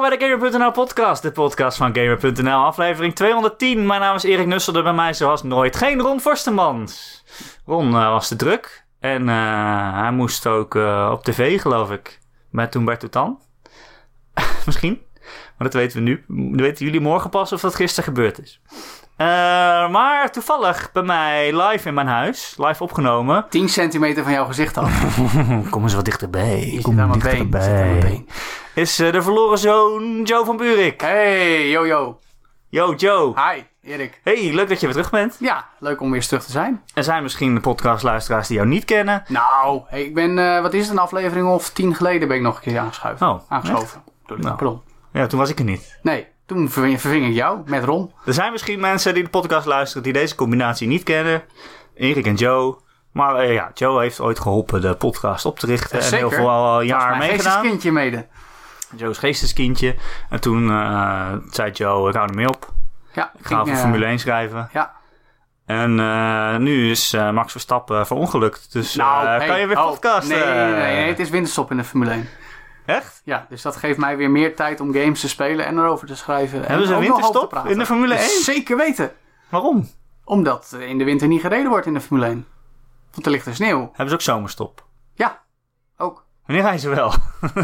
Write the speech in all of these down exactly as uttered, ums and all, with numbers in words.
bij de Gamer punt n l podcast, de podcast van Gamer punt n l, aflevering tweehonderdtien. Mijn naam is Erik Nusselder, bij mij zoals nooit geen Ron Forstemans. Ron uh, was te druk en uh, hij moest ook uh, op tv, geloof ik, met Humberto Tan. Misschien, maar dat weten we nu. Dat weten jullie morgen pas of dat gisteren gebeurd is. Uh, maar toevallig bij mij live in mijn huis, live opgenomen. tien centimeter van jouw gezicht af. Kom eens wat dichterbij. Je Kom zit aan mijn dichterbij. been. Is uh, de verloren zoon Joe van Buurik. Hey, yo yo. Yo Joe. Hi, Erik. Hey, leuk dat je weer terug bent. Ja, leuk om weer eens terug te zijn. Er zijn misschien de podcastluisteraars die jou niet kennen. Nou, hey, ik ben, uh, wat is het, een aflevering of tien geleden ben ik nog een keer aangeschuiven. Oh, aangeschoven. Pardon. Nou. Pardon. Ja, toen was ik er niet. Nee, toen verving, verving ik jou met Ron. Er zijn misschien mensen die de podcast luisteren die deze combinatie niet kennen. Erik en Joe. Maar uh, ja, Joe heeft ooit geholpen de podcast op te richten. Ja, en zeker. heel veel al jaar meegedaan. Geesteskindje mede. Joe's geesteskindje. En toen uh, zei Joe, ik hou ermee op. Ja, Ik ga over uh, Formule één schrijven. Ja. En uh, nu is uh, Max Verstappen verongelukt. Dus uh, Nou, hey, kan je weer oh, podcasten. Nee, nee, nee, nee, het is winterstop in de Formule één. Echt? Ja, dus dat geeft mij weer meer tijd om games te spelen en erover te schrijven. Hebben ze een winterstop in de Formule één? Zeker weten. Waarom? Omdat in de winter niet gereden wordt in de Formule één. Want er ligt er sneeuw. Hebben ze ook zomerstop? Ja, ook. Wanneer rijden ze wel?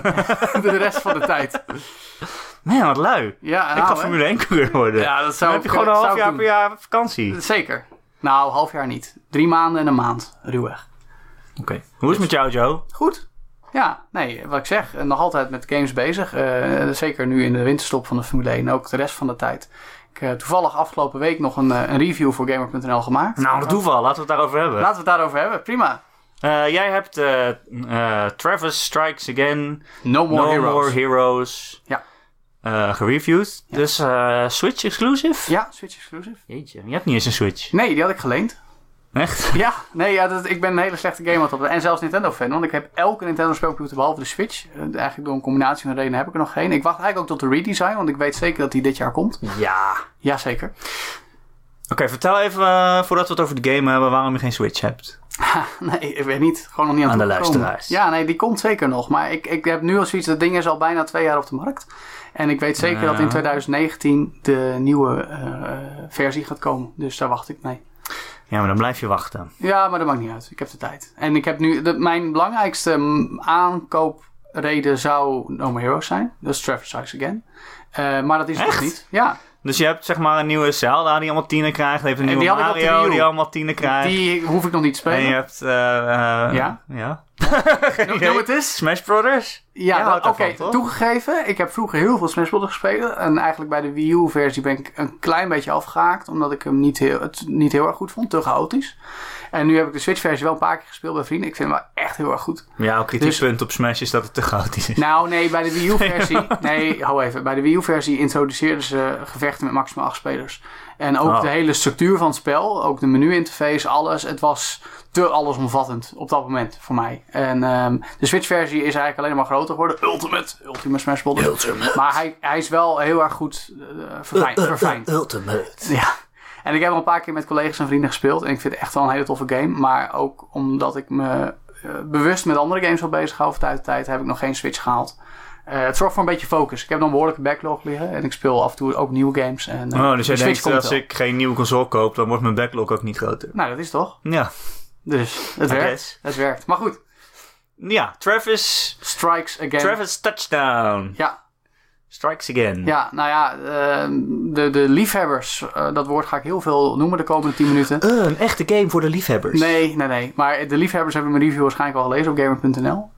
De rest van de tijd. Man, wat lui. Ja, ik nou, ga hè? Formule één coureur worden. Ja, dat zou Dan heb je ik, gewoon een zou half ik jaar doen. per jaar vakantie. Zeker. Nou, half jaar niet. Drie maanden en een maand. Ruwweg. Oké. Okay. Hoe is het met jou, Joe? Goed. Ja, nee, wat ik zeg, nog altijd met games bezig. Uh, zeker nu in de winterstop van de Formule één. Ook de rest van de tijd. Ik heb uh, toevallig afgelopen week nog een, uh, een review voor Gamer punt n l gemaakt. Nou, dat toeval. Laten we het daarover hebben. Laten we het daarover hebben. Prima. Uh, jij hebt uh, uh, Travis Strikes Again. No More no Heroes. More Heroes. Ja. Uh, gereviewd. Ja. Dus uh, Switch exclusive? Ja, Switch exclusive. Jeetje, je hebt niet eens een Switch. Nee, die had ik geleend. Echt? Ja, nee, ja, dat, ik ben een hele slechte gamer op. En zelfs Nintendo-fan, want ik heb elke Nintendo-speelcomputer behalve de Switch. Uh, eigenlijk door een combinatie van redenen heb ik er nog geen. Ik wacht eigenlijk ook tot de redesign, want ik weet zeker dat die dit jaar komt. Ja. Jazeker. Oké, okay, vertel even, uh, voordat we het over de game hebben, waarom je geen Switch hebt. Nee, ik weet niet. Gewoon nog niet aan, aan de toegekomen. luisteraars. Ja, nee, die komt zeker nog. Maar ik, ik heb nu al zoiets, dat ding is al bijna twee jaar op de markt. En ik weet zeker ja. dat in twintig negentien de nieuwe uh, versie gaat komen. Dus daar wacht ik mee. Ja, maar dan blijf je wachten. Ja, maar dat maakt niet uit. Ik heb de tijd. En ik heb nu... De, mijn belangrijkste aankoopreden zou No More Heroes zijn. Dat is Travis Strikes Again. Uh, maar dat is het Echt? nog niet. Ja. Dus je hebt zeg maar een nieuwe Zelda die allemaal tienen krijgt. Heeft een En nieuwe die had ik op de Mario Wii U. die allemaal tienen krijgt. Die hoef ik nog niet te spelen. En je hebt... Uh, uh, Ja? Ja. Noem, noem het eens. Smash Brothers? Ja, houdt oké. daarvan, Okay, toch? toegegeven. Ik heb vroeger heel veel Smash Bros. gespeeld. En eigenlijk bij de Wii U-versie ben ik een klein beetje afgehaakt. Omdat ik hem niet heel, het niet heel erg goed vond. Te chaotisch. En nu heb ik de Switch-versie wel een paar keer gespeeld bij vrienden. Ik vind hem wel echt heel erg goed. Ja, ook kritiekpunt Dus- op Smash is dat het te chaotisch is. Nou, nee, bij de Wii U-versie... nee, hou even. Bij de Wii U-versie introduceerden ze gevechten met maximaal acht spelers. En ook Oh. de hele structuur van het spel. Ook de menu-interface, alles. Het was te allesomvattend op dat moment voor mij. En um, de Switch-versie is eigenlijk alleen maar groter geworden. Ultimate. Ultimate Smash Bros. Ultimate. Maar hij, hij is wel heel erg goed uh, verfijnd. verfijnd. Ultimate. Ja. En ik heb al een paar keer met collega's en vrienden gespeeld. En ik vind het echt wel een hele toffe game. Maar ook omdat ik me uh, bewust met andere games wil bezighouden van tijd tot tijd, heb ik nog geen Switch gehaald. Uh, het zorgt voor een beetje focus. Ik heb nog een behoorlijke backlog liggen. En ik speel af en toe ook nieuwe games. En, uh, Oh, dus jij de Switch denkt komt als wel. ik geen nieuwe console koop, dan wordt mijn backlog ook niet groter. Nou, dat is toch? Ja. Dus het I werkt. guess. Het werkt. Maar goed. Ja, Travis... Strikes Again. Travis Touchdown. Ja. Strikes Again. Ja, nou ja. Uh, de, de liefhebbers. Uh, dat woord ga ik heel veel noemen de komende tien minuten. Uh, een echte game voor de liefhebbers. Nee, nee, nee. Maar de liefhebbers hebben mijn review waarschijnlijk al gelezen op Gamer punt n l.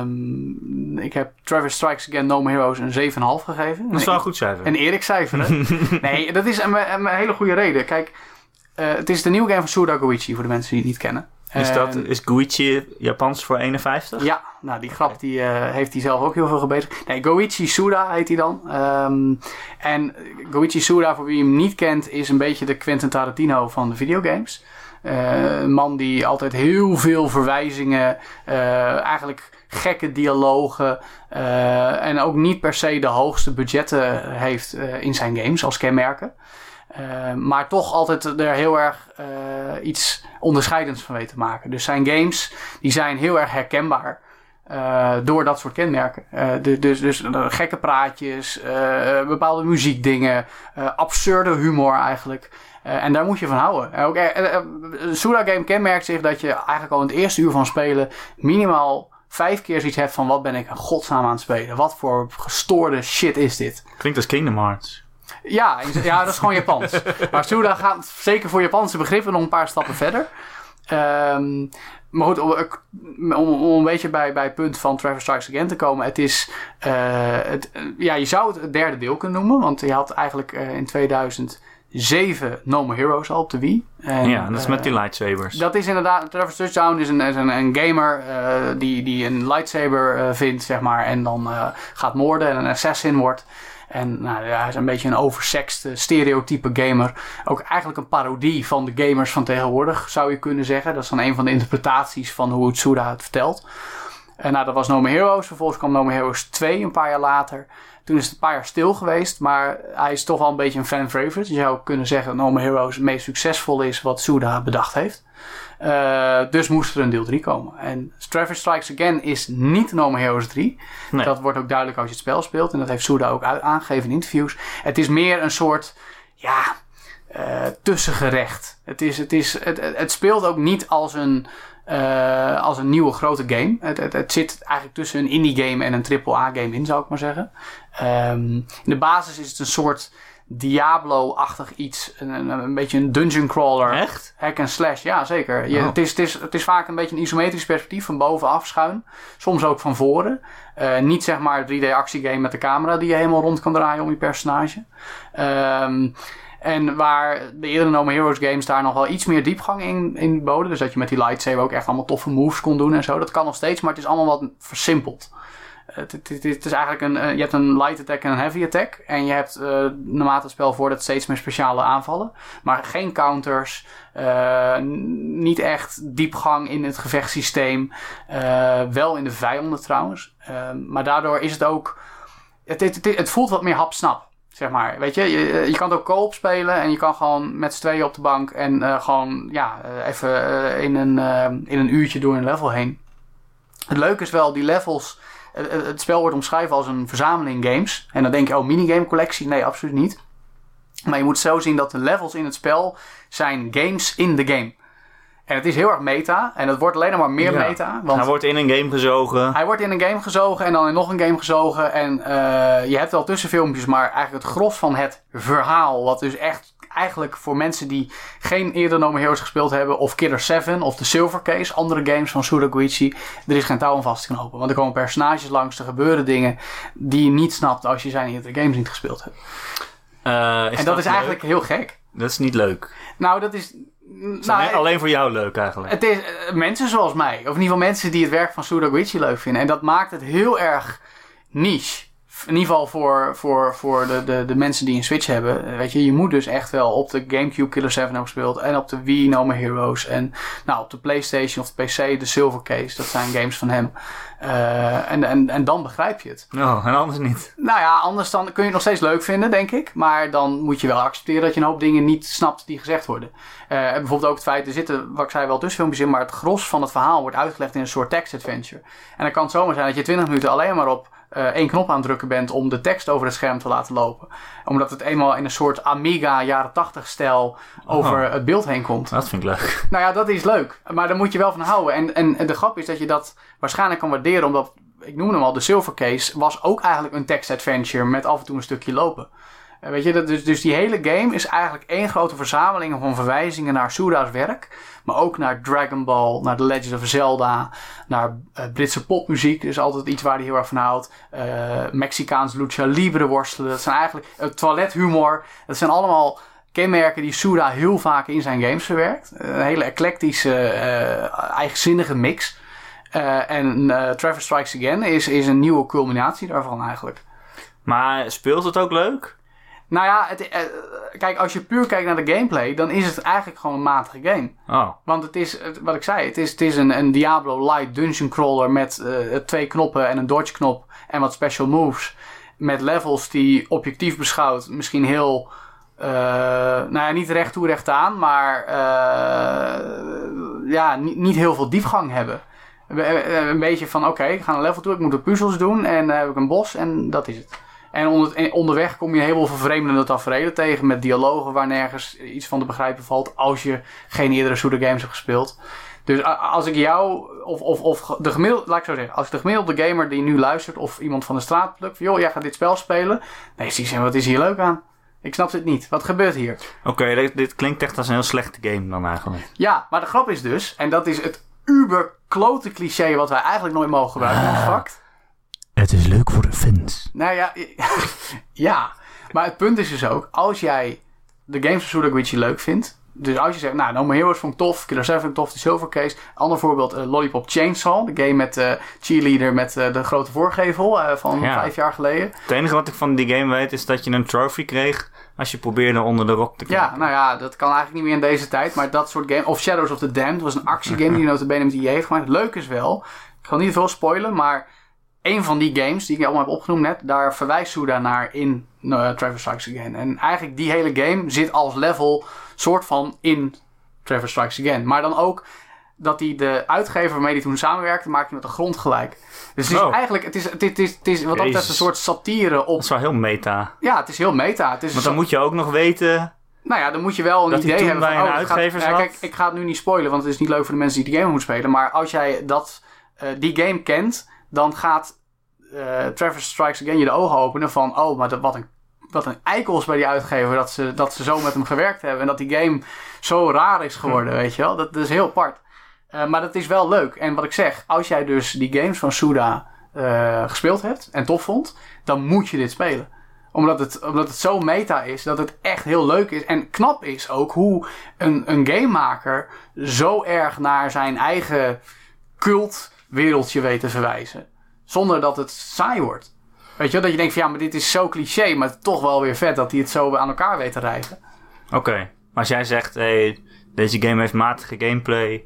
Um, ik heb Travis Strikes Again No More Heroes een zeven komma vijf gegeven. Dat is wel een goed cijfer. Een Erik cijfer, hè? Nee, dat is een, een hele goede reden. Kijk, uh, het is de nieuwe game van Suda Goichi, voor de mensen die het niet kennen. Is, dat, Um, is Goichi Japans voor eenenvijftig? Ja, nou die grap die, uh, heeft hij zelf ook heel veel gebezigd. Nee, Goichi Suda heet hij dan. Um, en Goichi Suda, voor wie hem niet kent, is een beetje de Quentin Tarantino van de videogames. Uh, een man die altijd heel veel verwijzingen, uh, eigenlijk gekke dialogen uh, en ook niet per se de hoogste budgetten heeft uh, in zijn games als kenmerken. Uh, maar toch altijd er heel erg uh, iets onderscheidends van weet te maken. Dus zijn games die zijn heel erg herkenbaar. Uh, door dat soort kenmerken. Uh, dus dus, dus uh, gekke praatjes, uh, bepaalde muziekdingen, uh, absurde humor eigenlijk. Uh, en daar moet je van houden. Uh, ook, uh, uh, een Suda game kenmerkt zich dat je eigenlijk al in het eerste uur van spelen minimaal vijf keer zoiets hebt van wat ben ik een godsnaam aan het spelen. Wat voor gestoorde shit is dit? Klinkt als Kingdom Hearts. Ja, ja, dat is gewoon Japans. Maar Suda gaat zeker voor Japanse begrippen nog een paar stappen verder. Um, maar goed, om, om, om een beetje bij, bij het punt van Travis Strikes Again te komen. Het is, uh, het, ja, je zou het het derde deel kunnen noemen. Want je had eigenlijk uh, in tweeduizend zeven No More Heroes al op de Wii. En, ja, dat is met die lightsabers. Uh, dat is inderdaad, Travis Touchdown is een, is een, een gamer uh, die, die een lightsaber uh, vindt, zeg maar. En dan uh, gaat moorden en een assassin wordt. En nou, ja, hij is een beetje een oversext stereotype gamer. Ook eigenlijk een parodie van de gamers van tegenwoordig, zou je kunnen zeggen. Dat is dan een van de interpretaties van hoe het Suda het vertelt. En nou, dat was No More Heroes. Vervolgens kwam No More Heroes twee een paar jaar later. Toen is het een paar jaar stil geweest. Maar hij is toch wel een beetje een fan favorite. Je zou kunnen zeggen dat No More Heroes het meest succesvol is wat Suda bedacht heeft. Uh, dus moest er een deel drie komen. En Travis Strikes Again is niet No More Heroes drie. Nee. Dat wordt ook duidelijk als je het spel speelt. En dat heeft Suda ook aangegeven in interviews. Het is meer een soort, ja, uh, tussengerecht. Het, is, het, is, het, het speelt ook niet als een, uh, als een nieuwe grote game. Het, het, het zit eigenlijk tussen een indie game en een triple A game in, zou ik maar zeggen. Um, in de basis is het een soort Diablo-achtig iets. Een, een, een beetje een dungeon crawler. Echt? Hack and slash, ja zeker. Je, oh. het, is, het, is, het is vaak een beetje een isometrisch perspectief van bovenaf schuin. Soms ook van voren. Uh, niet zeg maar drie D actiegame met de camera die je helemaal rond kan draaien om je personage. Um, en waar de eerdere No More Heroes games daar nog wel iets meer diepgang in, in boden. Dus dat je met die lightsaber ook echt allemaal toffe moves kon doen en zo. Dat kan nog steeds, maar het is allemaal wat versimpeld. Het, het, het, het is eigenlijk een, uh, je hebt een light attack en een heavy attack. En je hebt uh, naarmate het spel voordat steeds meer speciale aanvallen. Maar geen counters. Uh, niet echt diepgang in het gevechtssysteem. Uh, wel in de vijanden trouwens. Uh, maar daardoor is het ook, Het, het, het, het voelt wat meer hapsnap. Zeg maar, weet je, je, je kan het ook co-op spelen en je kan gewoon met z'n tweeën op de bank en uh, gewoon, ja, uh, even uh, in, een, uh, in een uurtje door een level heen. Het leuke is wel, die levels, uh, het spel wordt omschreven als een verzameling games. En dan denk je, oh, minigame collectie? Nee, absoluut niet. Maar je moet zo zien dat de levels in het spel zijn games in de game. En het is heel erg meta. En het wordt alleen nog maar meer ja. meta. Want hij wordt in een game gezogen. Hij wordt in een game gezogen en dan in nog een game gezogen. En uh, je hebt wel tussenfilmpjes, maar eigenlijk het gros van het verhaal, wat dus echt eigenlijk voor mensen die geen eerder No More Heroes gespeeld hebben, of Killer seven of The Silver Case, andere games van Suda Goichi, er is geen touw aan vast te knopen. Want er komen personages langs, er gebeuren dingen die je niet snapt als je zijn eerdere games niet gespeeld hebt. Uh, en dat, dat is leuk? Eigenlijk heel gek. Dat is niet leuk. Nou, dat is... Het is nou, alleen voor jou leuk eigenlijk. Het is uh, mensen zoals mij. Of in ieder geval mensen die het werk van Suda Goichi leuk vinden. En dat maakt het heel erg niche. In ieder geval voor, voor, voor de, de, de mensen die een Switch hebben. Weet je, je moet dus echt wel op de Gamecube Killer seven hebben gespeeld. En op de Wii No More Heroes. En nou, op de PlayStation of de P C de Silver Case. Dat zijn games van hem. Uh, en, en, en dan begrijp je het. Oh, en anders niet. Nou ja, anders dan kun je het nog steeds leuk vinden, denk ik. Maar dan moet je wel accepteren dat je een hoop dingen niet snapt die gezegd worden. Uh, bijvoorbeeld ook het feit, er zitten, wat ik zei, wel tussenfilmpjes in, maar het gros van het verhaal wordt uitgelegd in een soort text-adventure. En dan kan het zomaar zijn dat je twintig minuten alleen maar op uh, één knop aan het drukken bent om de tekst over het scherm te laten lopen. Omdat het eenmaal in een soort Amiga jaren tachtig stijl over oh. het beeld heen komt. Dat vind ik leuk. Nou ja, dat is leuk. Maar daar moet je wel van houden. En, en, en de grap is dat je dat waarschijnlijk kan waarderen, omdat, ik noem hem al, de Silver Case was ook eigenlijk een text-adventure met af en toe een stukje lopen. Uh, weet je, dat, dus, dus die hele game is eigenlijk één grote verzameling van verwijzingen naar Suda's werk. Maar ook naar Dragon Ball, naar The Legend of Zelda, naar uh, Britse popmuziek. Dus altijd iets waar hij heel erg van houdt. Uh, Mexicaans lucha libre worstelen. Dat zijn eigenlijk uh, toilethumor. Dat zijn allemaal kenmerken die Suda heel vaak in zijn games verwerkt. Uh, een hele eclectische, uh, eigenzinnige mix. Uh, en uh, Travis Strikes Again is, is een nieuwe culminatie daarvan eigenlijk. Maar speelt het ook leuk? Nou ja, het, uh, kijk, als je puur kijkt naar de gameplay, dan is het eigenlijk gewoon een matige game. Oh. Want het is, wat ik zei, het is, het is een, een Diablo light dungeon crawler met uh, twee knoppen en een dodge knop en wat special moves. Met levels die objectief beschouwd misschien heel, uh, nou ja, niet recht toe recht aan, maar uh, ja, niet, niet heel veel diepgang hebben. Een, een beetje van, oké, okay, ik ga een level toe, ik moet de puzzels doen en dan uh, heb ik een boss en dat is het. En onder, onderweg kom je een heleboel vervreemdende tafereelen tegen met dialogen waar nergens iets van te begrijpen valt als je geen eerdere shooter games hebt gespeeld. Dus als ik jou, of, of, of de gemiddelde, laat ik zo zeggen, als ik de gemiddelde gamer die nu luistert of iemand van de straat plukt, van joh, jij gaat dit spel spelen. Nee, zie je, wat is hier leuk aan? Ik snap dit niet. Wat gebeurt hier? Oké, okay, dit, dit klinkt echt als een heel slechte game dan eigenlijk. Ja, maar de grap is dus, en dat is het uber klote cliché wat wij eigenlijk nooit mogen gebruiken in ons vak. Het is leuk voor de fans. Nou ja, ja, maar het punt is dus ook, als jij de games van Suda leuk vindt, dus als je zegt, nou, No More Heroes vond ik tof, Killer seven vond ik tof, de Silver Case. Ander voorbeeld, uh, Lollipop Chainsaw, de game met uh, cheerleader met uh, de grote voorgevel uh, van ja. vijf jaar geleden. Het enige wat ik van die game weet is dat je een trophy kreeg als je probeerde onder de rok te komen. Ja, nou ja, dat kan eigenlijk niet meer in deze tijd, maar dat soort game, of Shadows of the Damned, was een actiegame die nota bene met I E heeft gemaakt. Leuk is wel, ik ga niet veel spoilen, maar een van die games die ik allemaal heb opgenoemd net, daar verwijst Suda naar in uh, Travis Strikes Again. En eigenlijk die hele game zit als level soort van in Travis Strikes Again. Maar dan ook dat hij de uitgever waarmee hij toen samenwerkte, maakt hij met de grond gelijk. Dus het is oh. eigenlijk, het is, het, is, het, is, het is wat dat betreft een soort satire op... Dat is wel heel meta. Ja, het is heel meta. Het is Want dan moet je ook nog weten... Nou ja, dan moet je wel een dat idee hebben van... Oh, een uitgever gaat, ja, kijk, ik ga het nu niet spoilen, want het is niet leuk voor de mensen die de game moeten spelen. Maar als jij dat, uh, die game kent, dan gaat uh, Travis Strikes Again je de ogen openen van... Oh, maar dat, wat een Wat een eikels bij die uitgever dat ze, dat ze zo met hem gewerkt hebben. En dat die game zo raar is geworden, hm. weet je wel. Dat, dat is heel apart. Uh, maar dat is wel leuk. En wat ik zeg, als jij dus die games van Suda uh, gespeeld hebt en tof vond, dan moet je dit spelen. Omdat het, omdat het zo meta is, dat het echt heel leuk is. En knap is ook hoe een, een gamemaker zo erg naar zijn eigen cultwereldje weet te verwijzen. Zonder dat het saai wordt. Weet je wel, dat je denkt van ja, maar dit is zo cliché, maar toch wel weer vet dat hij het zo aan elkaar weet te rijgen. Oké, okay. Maar als jij zegt, hey, deze game heeft matige gameplay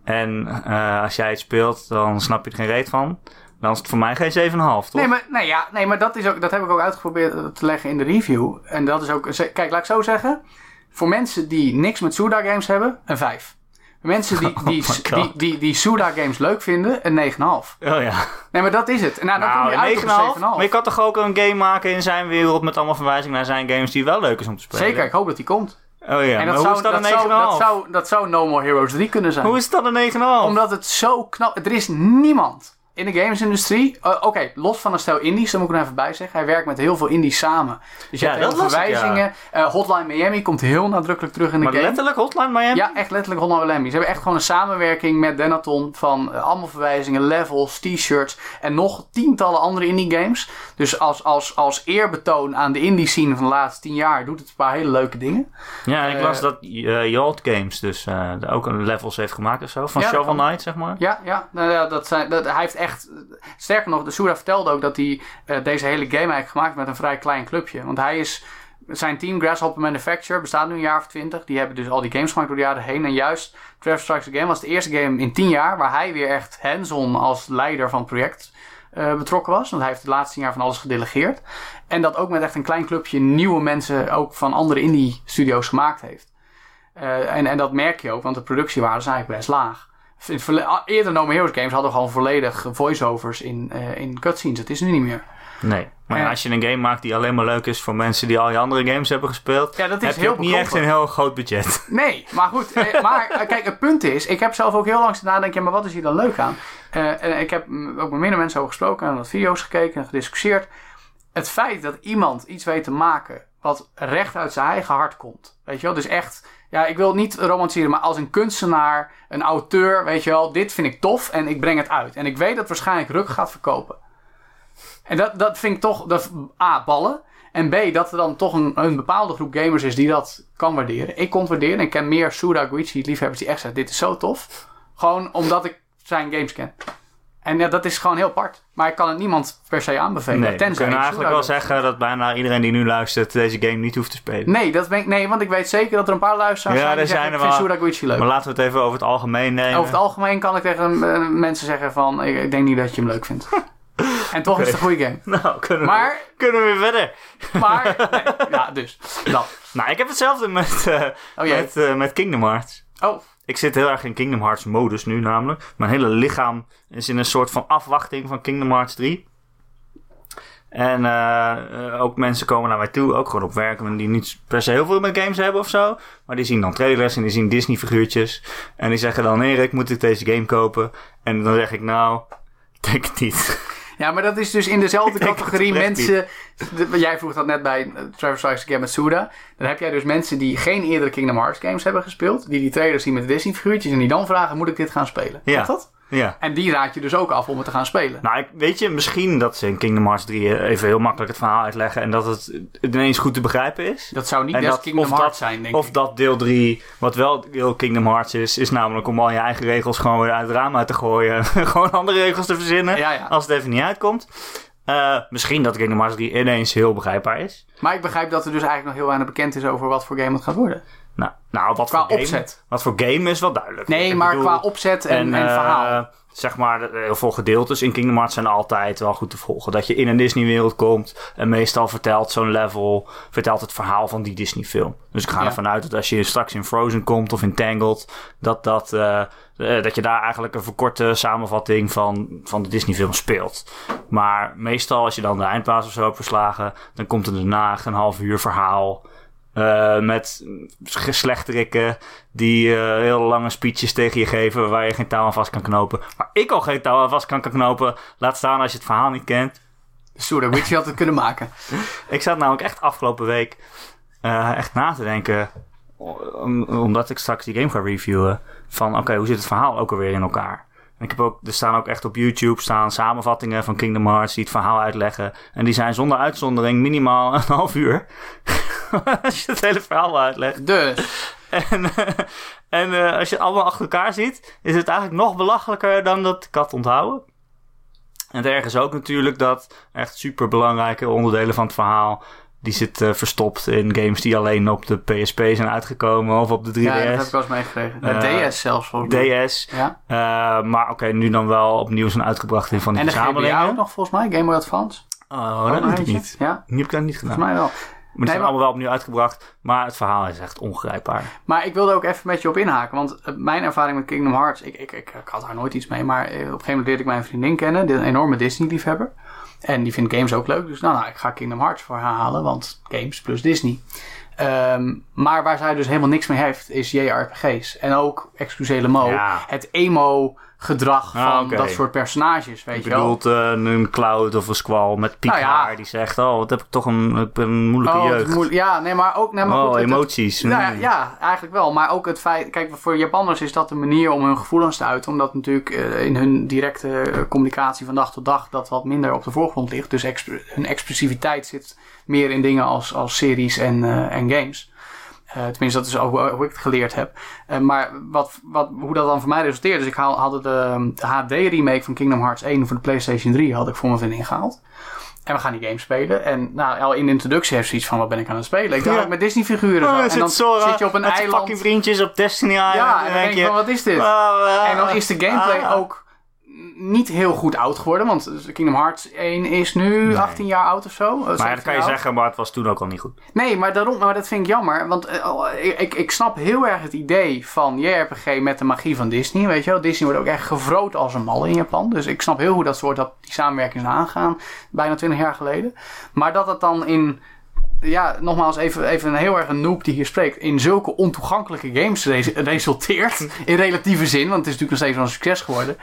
en uh, als jij het speelt, dan snap je er geen reet van. Dan is het voor mij geen zeven komma vijf, toch? Nee, maar, nee, ja, nee, maar dat, is ook, dat heb ik ook uitgeprobeerd te leggen in de review. En dat is ook... Kijk, laat ik zo zeggen. Voor mensen die niks met Suda games hebben, een vijf. Voor mensen die, die, oh die, die, die Suda games leuk vinden, een negen komma vijf. Oh ja. Nee, maar dat is het. Nou, dan nou, kom je uit op een zeven komma vijf. Maar je kan toch ook een game maken in zijn wereld met allemaal verwijzingen naar zijn games die wel leuk is om te spelen? Zeker, ik hoop dat die komt. Oh ja, en dat maar zou, hoe is dat, dat een negen komma vijf? Dat zou, dat zou No More Heroes drie kunnen zijn. Hoe is dat een negen komma vijf? Omdat het zo knap... Er is niemand in de gamesindustrie... Uh, Oké, okay, los van een stel indies, daar moet ik er even bij zeggen. Hij werkt met heel veel indies samen. Dus je ja, hebt heel veel verwijzingen. Ik, ja. uh, Hotline Miami komt heel nadrukkelijk terug in de maar game. letterlijk Hotline Miami? Ja, echt letterlijk Hotline Miami. Ze hebben echt gewoon een samenwerking met Denaton van uh, allemaal verwijzingen, levels, t-shirts en nog tientallen andere indie games. Dus als, als, als eerbetoon aan de indie scene van de laatste tien jaar doet het een paar hele leuke dingen. Ja, ik uh, las dat uh, Yacht Games dus uh, ook een levels heeft gemaakt of zo. Van ja, Shovel Knight, zeg maar. Ja, ja, nou, ja dat zijn, dat, hij heeft echt... Sterker nog, de Suda vertelde ook dat hij uh, deze hele game eigenlijk gemaakt met een vrij klein clubje. Want hij is... Zijn team Grasshopper Manufacture bestaat nu een jaar of twintig. Die hebben dus al die games gemaakt door de jaren heen. En juist Travis Strikes Again was de eerste game in tien jaar... waar hij weer echt hands-on als leider van het project uh, betrokken was. Want hij heeft de laatste tien jaar van alles gedelegeerd. En dat ook met echt een klein clubje nieuwe mensen... ook van andere indie studio's gemaakt heeft. Uh, en, en dat merk je ook, want de productiewaarden zijn eigenlijk best laag. Eerder No More Heroes games hadden gewoon volledig voiceovers in, uh, in cutscenes. Dat is nu niet meer. Nee, maar en, als je een game maakt die alleen maar leuk is voor mensen die al je andere games hebben gespeeld, ja, dat is heb heel je ook niet echt een heel groot budget. Nee, maar goed. eh, maar kijk, het punt is, ik heb zelf ook heel lang zitten nadenken, ja, maar wat is hier dan leuk aan? Uh, en ik heb ook met meerdere mensen over gesproken en wat video's gekeken en gediscussieerd. Het feit dat iemand iets weet te maken wat recht uit zijn eigen hart komt. Weet je wel, dus echt... Ja, ik wil het niet romantiseren, maar als een kunstenaar, een auteur, weet je wel, dit vind ik tof en ik breng het uit. En ik weet dat het waarschijnlijk ruk gaat verkopen. En dat, dat vind ik toch, dat, A, ballen. En B, dat er dan toch een, een bepaalde groep gamers is die dat kan waarderen. Ik kon het waarderen en ik ken meer Suda Goichi liefhebbers die echt zeggen, dit is zo tof. Gewoon omdat ik zijn games ken. En ja, dat is gewoon heel apart. Maar ik kan het niemand per se aanbevelen. Nee, we kunnen eigenlijk wel zeggen dat bijna iedereen die nu luistert deze game niet hoeft te spelen. Nee, dat ben ik, nee, want ik weet zeker dat er een paar luisteraars ja, zijn die zijn zeggen, ik vind Suda Goichi leuk. Maar laten we het even over het algemeen nemen. Over het algemeen kan ik tegen uh, mensen zeggen van, ik, ik denk niet dat je hem leuk vindt. En toch okay. is het een goede game. Nou, kunnen, maar, we, kunnen we weer verder. Maar, nee, ja, dus, dat. Nou, ik heb hetzelfde met, uh, oh, met, uh, met Kingdom Hearts. Oh, Ik zit heel erg in Kingdom Hearts modus nu namelijk. Mijn hele lichaam is in een soort van afwachting van Kingdom Hearts drie. En uh, uh, ook mensen komen naar mij toe, ook gewoon op werk, die niet per se heel veel met games hebben of zo. Maar die zien dan trailers en die zien Disney figuurtjes. En die zeggen dan, Erik, moet ik deze game kopen? En dan zeg ik, nou, denk het niet. Ja, maar dat is dus in dezelfde categorie mensen... De, jij vroeg dat net bij uh, Travis Strikes Again met Suda. Dan heb jij dus mensen die geen eerdere Kingdom Hearts games hebben gespeeld. Die die trailers zien met de Disney figuurtjes. En die dan vragen, moet ik dit gaan spelen? Ja. Klopt dat? Ja. En die raad je dus ook af om het te gaan spelen. Nou, ik, weet je, misschien dat ze in Kingdom Hearts drie even heel makkelijk het verhaal uitleggen en dat het ineens goed te begrijpen is. Dat zou niet en best dat, Kingdom of Hearts dat, zijn, denk of ik. Of dat deel drie, wat wel deel Kingdom Hearts is, is namelijk om al je eigen regels gewoon weer uit het raam uit te gooien. En gewoon andere regels te verzinnen, Ja, ja. als het even niet uitkomt. Uh, misschien dat Kingdom Hearts drie ineens heel begrijpbaar is. Maar ik begrijp dat er dus eigenlijk nog heel weinig bekend is over wat voor game het gaat worden. Nou, nou wat, Qua voor game, opzet. wat voor game is wel duidelijk. Nee, ik maar bedoel, qua opzet en, en, en uh, verhaal. Zeg maar, heel veel gedeeltes in Kingdom Hearts zijn altijd wel goed te volgen. Dat je in een Disney-wereld komt en meestal vertelt zo'n level, vertelt het verhaal van die Disney-film. Dus ik ga Ja. ervan uit dat als je straks in Frozen komt of in Tangled, dat, dat, uh, uh, dat je daar eigenlijk een verkorte samenvatting van, van de Disney-film speelt. Maar meestal als je dan de eindbaas of zo hebt verslagen, dan komt er daarna echt een half uur verhaal. Uh, met slechterikken die uh, heel lange speeches tegen je geven waar je geen touw aan vast kan knopen. Maar ik al geen touw aan vast kan, kan knopen. Laat staan als je het verhaal niet kent. Sorry, Witch had het kunnen maken. Ik zat namelijk echt afgelopen week uh, echt na te denken, om, omdat ik straks die game ga reviewen, van oké, okay, hoe zit het verhaal ook alweer in elkaar? En ik heb ook, er staan ook echt op YouTube staan samenvattingen van Kingdom Hearts die het verhaal uitleggen. En die zijn zonder uitzondering minimaal een half uur. Als je het hele verhaal uitlegt. Dus. En, uh, en uh, als je het allemaal achter elkaar ziet, is het eigenlijk nog belachelijker dan dat ik had onthouden. En het erg is ook natuurlijk dat echt super belangrijke onderdelen van het verhaal, die zit uh, verstopt in games die alleen op de P S P zijn uitgekomen of op de drie D S. Ja, dat heb ik wel eens meegekregen. Uh, D S zelfs volgens mij. D S. Ja. Uh, maar oké, okay, nu dan wel opnieuw zijn uitgebracht in van die en de verzamelingen. G B A ook nog volgens mij, Game Boy Advance. Oh, dat weet ik niet. Ja? Die heb ik daar niet gedaan. Volgens mij wel. Maar die zijn allemaal wel opnieuw uitgebracht. Maar het verhaal is echt ongrijpbaar. Maar ik wilde ook even met je op inhaken. Want mijn ervaring met Kingdom Hearts, Ik, ik, ik, ik had daar nooit iets mee. Maar op een gegeven moment leerde ik mijn vriendin kennen. Een enorme Disney-liefhebber. En die vindt games ook leuk. Dus nou, nou ik ga Kingdom Hearts voor haar halen. Want games plus Disney. Um, maar waar zij dus helemaal niks mee heeft, is J R P G's. En ook Excusez le mot. Ja. Het emo gedrag van ah, okay. dat soort personages, weet je je wel. bedoelt uh, een Cloud of een Squall met piekhaar nou ja. die zegt, oh, wat heb ik toch een, ik ben een moeilijke oh, jeugd. Moeilijk, ja, nee, maar ook... Nee, maar oh, goed, het, emoties. Het, nou ja, ja, eigenlijk wel. Maar ook het feit... Kijk, voor Japanners is dat een manier om hun gevoelens te uiten. Omdat natuurlijk uh, in hun directe uh, communicatie van dag tot dag dat wat minder op de voorgrond ligt. Dus exp- hun expressiviteit zit meer in dingen als, als series en, uh, en games. Uh, tenminste, dat is ook hoe ik het geleerd heb. Uh, maar wat, wat, hoe dat dan voor mij resulteert. Dus ik haal, had de, de H D-remake van Kingdom Hearts één voor de PlayStation drie had ik voor mijn vriendin gehaald. En we gaan die game spelen. En nou, al in de introductie heeft zoiets van, wat ben ik aan het spelen? Ik dacht ja. ook met Disney-figuren. Oh, zo. En dan Sora, zit je op een met eiland. fucking vriendjes op Destiny Island. Ja, en dan denk je van, wat is dit? Uh, uh, en dan is de gameplay uh, ook niet heel goed oud geworden. Want Kingdom Hearts één is nu nee. achttien jaar oud of zo. Maar dat kan je oud. zeggen, maar het was toen ook al niet goed. Nee, maar, daarom, maar dat vind ik jammer. Want uh, ik, ik snap heel erg het idee van J R P G met de magie van Disney. Weet je wel? Disney wordt ook echt gevroot als een mal in Japan. Dus ik snap heel goed dat soort dat die samenwerking is aangegaan. Bijna twintig jaar geleden. Maar dat het dan in... Ja, nogmaals even, even een heel erg een noob die hier spreekt. In zulke ontoegankelijke games res- resulteert. In relatieve zin. Want het is natuurlijk nog steeds wel een succes geworden.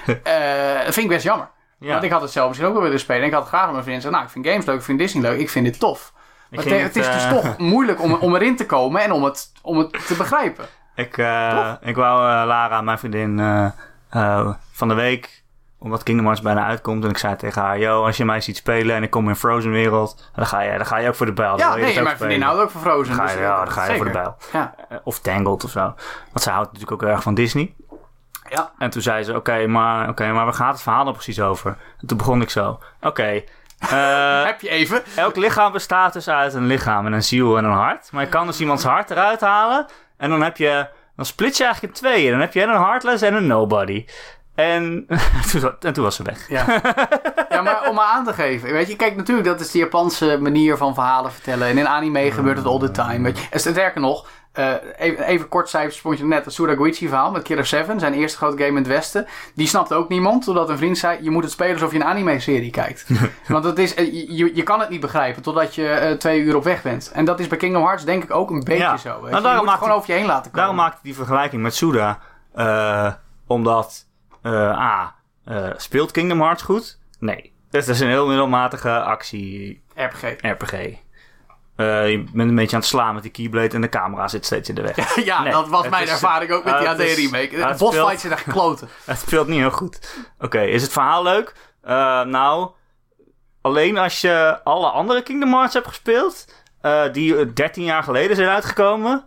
uh, dat vind ik best jammer. Ja. Want ik had het zelf misschien ook wel willen spelen. En ik had het graag met mijn vrienden zeggen. Nou, ik vind games leuk. Ik vind Disney leuk. Ik vind dit tof. Maar het, het is dus uh... toch moeilijk om, om erin te komen. En om het, om het te begrijpen. Ik, uh, ik wou uh, Lara, mijn vriendin, uh, uh, van de week... Omdat Kingdom Hearts bijna uitkomt. En ik zei tegen haar, yo, als je mij ziet spelen en ik kom in Frozen wereld, dan ga je, dan ga je ook voor de bijl. Ja, nee, mijn vriendin houdt ook van Frozen. Dan ga je, dus ja, dan ga je voor de bijl. Ja. Of Tangled of zo. Want zij houdt natuurlijk ook erg van Disney. Ja. En toen zei ze, oké, okay, maar, oké, okay, maar waar gaat het verhaal er precies over? En toen begon ik zo, oké. Okay, uh, heb je even? Elk lichaam bestaat dus uit een lichaam en een ziel en een hart. Maar je kan dus iemands hart eruit halen. En dan heb je, dan split je eigenlijk in tweeën. Dan heb je en een heartless en een nobody. En, toen, en toen was ze weg. Ja. ja, maar om maar aan te geven. Weet je, kijk, natuurlijk, dat is de Japanse manier van verhalen vertellen. En in anime gebeurt het all the time. Weet je. En sterker nog, uh, even, even kort cijferspontje net. Het Sura Goichi verhaal met Killer seven, zijn eerste grote game in het Westen. Die snapte ook niemand, totdat een vriend zei, je moet het spelen alsof je een anime-serie kijkt. Want het is, je, je kan het niet begrijpen totdat je uh, twee uur op weg bent. En dat is bij Kingdom Hearts denk ik ook een beetje ja. zo. Weet je. Nou, je moet het gewoon over je heen laten komen. Daarom maakte die vergelijking met Suda. Uh, omdat... Uh, A. Uh, speelt Kingdom Hearts goed? Nee. Het is een heel middelmatige actie. R P G. R P G. Uh, je bent een beetje aan het slaan met die Keyblade en de camera zit steeds in de weg. ja, nee, dat was mijn is, ervaring ook met uh, die A D remake. De bossfights zijn echt kloten. Het speelt niet heel goed. Oké, okay, is het verhaal leuk? Uh, nou, alleen als je alle andere Kingdom Hearts hebt gespeeld, uh, die dertien jaar geleden zijn uitgekomen,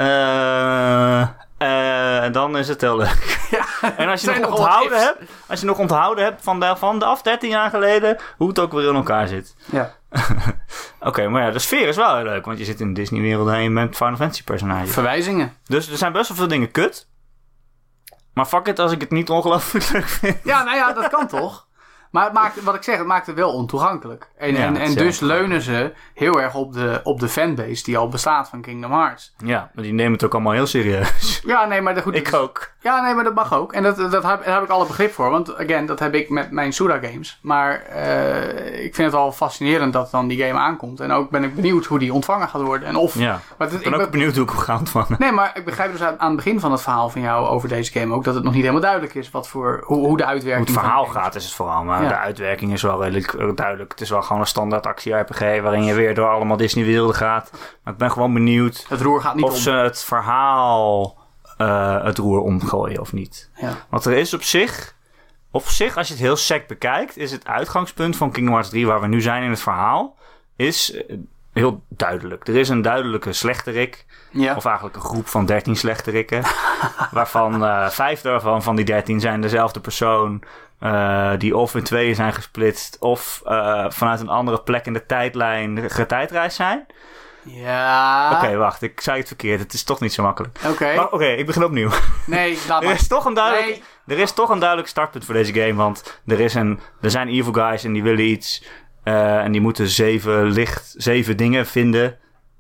uh, uh, dan is het heel leuk. Ja, en als je nog onthouden hebt, als je nog onthouden hebt van de, van de af dertien jaar geleden, hoe het ook weer in elkaar zit. Ja. Oké, okay, maar ja, de sfeer is wel heel leuk, want je zit in de Disney-wereld en je bent Final Fantasy personage. Verwijzingen. Dus er zijn best wel veel dingen kut. Maar fuck it als ik het niet ongelooflijk leuk vind. Ja, nou ja, dat kan toch? Maar het maakt, wat ik zeg, het maakt het wel ontoegankelijk. En, ja, en, en dus leunen ze heel erg op de, op de fanbase die al bestaat van Kingdom Hearts. Ja, maar die nemen het ook allemaal heel serieus. Ja, nee, maar de goed. Ik ook. Ja, nee, maar dat mag ook. En dat, dat heb, daar heb ik alle begrip voor. Want, again, dat heb ik met mijn Suda games. Maar uh, ik vind het wel fascinerend dat dan die game aankomt. En ook ben ik benieuwd hoe die ontvangen gaat worden. En of... Ja, maar het, ik ben ik ook be- benieuwd hoe ik hem ga ontvangen. Nee, maar ik begrijp dus aan, aan het begin van het verhaal van jou over deze game ook, dat het nog niet helemaal duidelijk is wat voor, hoe, hoe de uitwerking... Hoe het verhaal gaat is het vooral, maar ja. de uitwerking is wel redelijk duidelijk. Het is wel gewoon een standaard actie-R P G waarin je weer door allemaal Disney-werelden gaat. Maar ik ben gewoon benieuwd... Het roer gaat niet of om. ze het verhaal uh, het roer omgooien of niet. Ja. Want er is op zich... Op zich, als je het heel sec bekijkt, is het uitgangspunt van Kingdom Hearts drie, waar we nu zijn in het verhaal, is uh, heel duidelijk. Er is een duidelijke slechterik. Ja. Of eigenlijk een groep van dertien slechterikken. waarvan uh, vijf daarvan van die dertien zijn dezelfde persoon. Uh, die of in tweeën zijn gesplitst. Of uh, vanuit een andere plek in de tijdlijn getijdreisd zijn. Ja. Oké, okay, wacht. Ik zei het verkeerd. Het is toch niet zo makkelijk. Oké. Okay. Oké, okay, ik begin opnieuw. Nee, laat maar. Er is toch een duidelijk, nee. er is toch een duidelijk startpunt voor deze game. Want er, is een, er zijn evil guys en die willen iets. Uh, en die moeten zeven licht, zeven dingen vinden.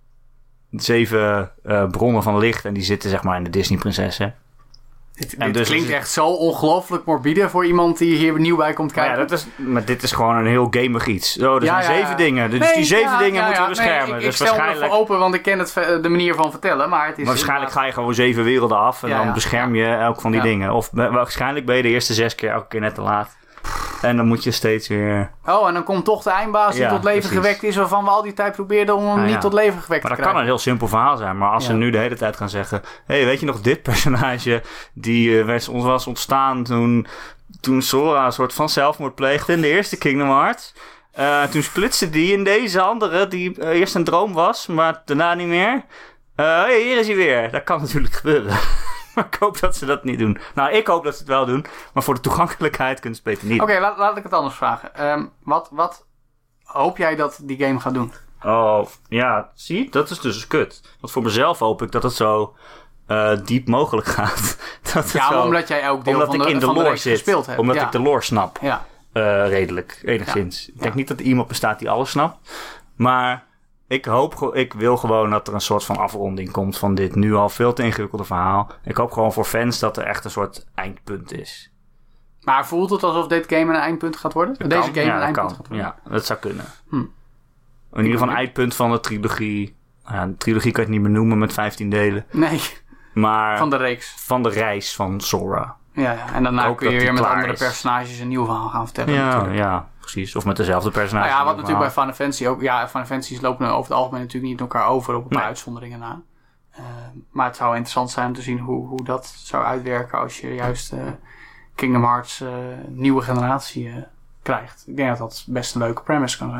Zeven uh, bronnen van licht. En die zitten zeg maar in de Disney-prinsessen. Dit, dit dus klinkt echt zo ongelooflijk morbide voor iemand die hier nieuw bij komt kijken. Ja, dat is, maar dit is gewoon een heel gamig iets. Oh, er ja, zijn ja, zeven ja. dingen. Dus nee, die zeven ja, dingen ja, moeten ja, we beschermen. Nee, ik, dus ik stel waarschijnlijk... me voor open, want ik ken het, de manier van vertellen. Maar, het is maar waarschijnlijk ga je gewoon zeven werelden af. En ja, dan ja, bescherm je ja. elk van die ja. dingen. Of waarschijnlijk ben je de eerste zes keer elke keer net te laat. En dan moet je steeds weer... Oh, en dan komt toch de eindbaas die ja, tot leven precies. gewekt is, waarvan we al die tijd probeerden om hem ah, niet ja. tot leven gewekt maar te krijgen. Maar dat kan een heel simpel verhaal zijn. Maar als ja. ze nu de hele tijd gaan zeggen... Hé, hey, weet je nog dit personage die uh, werd, was ontstaan toen, toen Sora een soort van zelfmoord pleegde in de eerste Kingdom Hearts. Uh, toen splitste die in deze andere, die uh, eerst een droom was, maar daarna niet meer. Uh, hey, hier is hij weer. Dat kan natuurlijk gebeuren. Maar ik hoop dat ze dat niet doen. Nou, ik hoop dat ze het wel doen. Maar voor de toegankelijkheid kunnen ze het beter niet. Oké, okay, laat, laat ik het anders vragen. Um, wat, wat hoop jij dat die game gaat doen? Oh, ja, zie, dat is dus kut. Want voor mezelf hoop ik dat het zo uh, diep mogelijk gaat. dat ja, zo, omdat jij ook deel omdat van ik de, in de van lore de zit, gespeeld hebt. Omdat ja. ik de lore snap. Ja. Uh, redelijk, enigszins. Ja. Ik denk ja. niet dat er iemand bestaat die alles snapt. Maar... Ik hoop, ik wil gewoon dat er een soort van afronding komt van dit nu al veel te ingewikkelde verhaal. Ik hoop gewoon voor fans dat er echt een soort eindpunt is. Maar voelt het alsof dit game een eindpunt gaat worden? Dat Deze game ja, een eindpunt kan. gaat worden? Ja, dat zou kunnen. Hm. In ieder geval een eindpunt van de trilogie. Ja, de trilogie kan je het niet meer noemen met vijftien delen. Nee, maar van de reeks. Van de reis van Sora. Ja, ja. En daarna kun je weer met andere is. personages een nieuw verhaal gaan vertellen. Ja, natuurlijk. ja. Precies, of met dezelfde personage. Nou ja, wat natuurlijk bij Final Fantasy ook... Ja, Final Fantasy's lopen over het algemeen natuurlijk niet elkaar over op een paar nee. uitzonderingen na. Uh, maar het zou interessant zijn om te zien hoe, hoe dat zou uitwerken als je juist uh, Kingdom Hearts uh, nieuwe generatie uh, krijgt. Ik denk dat dat best een leuke premise kan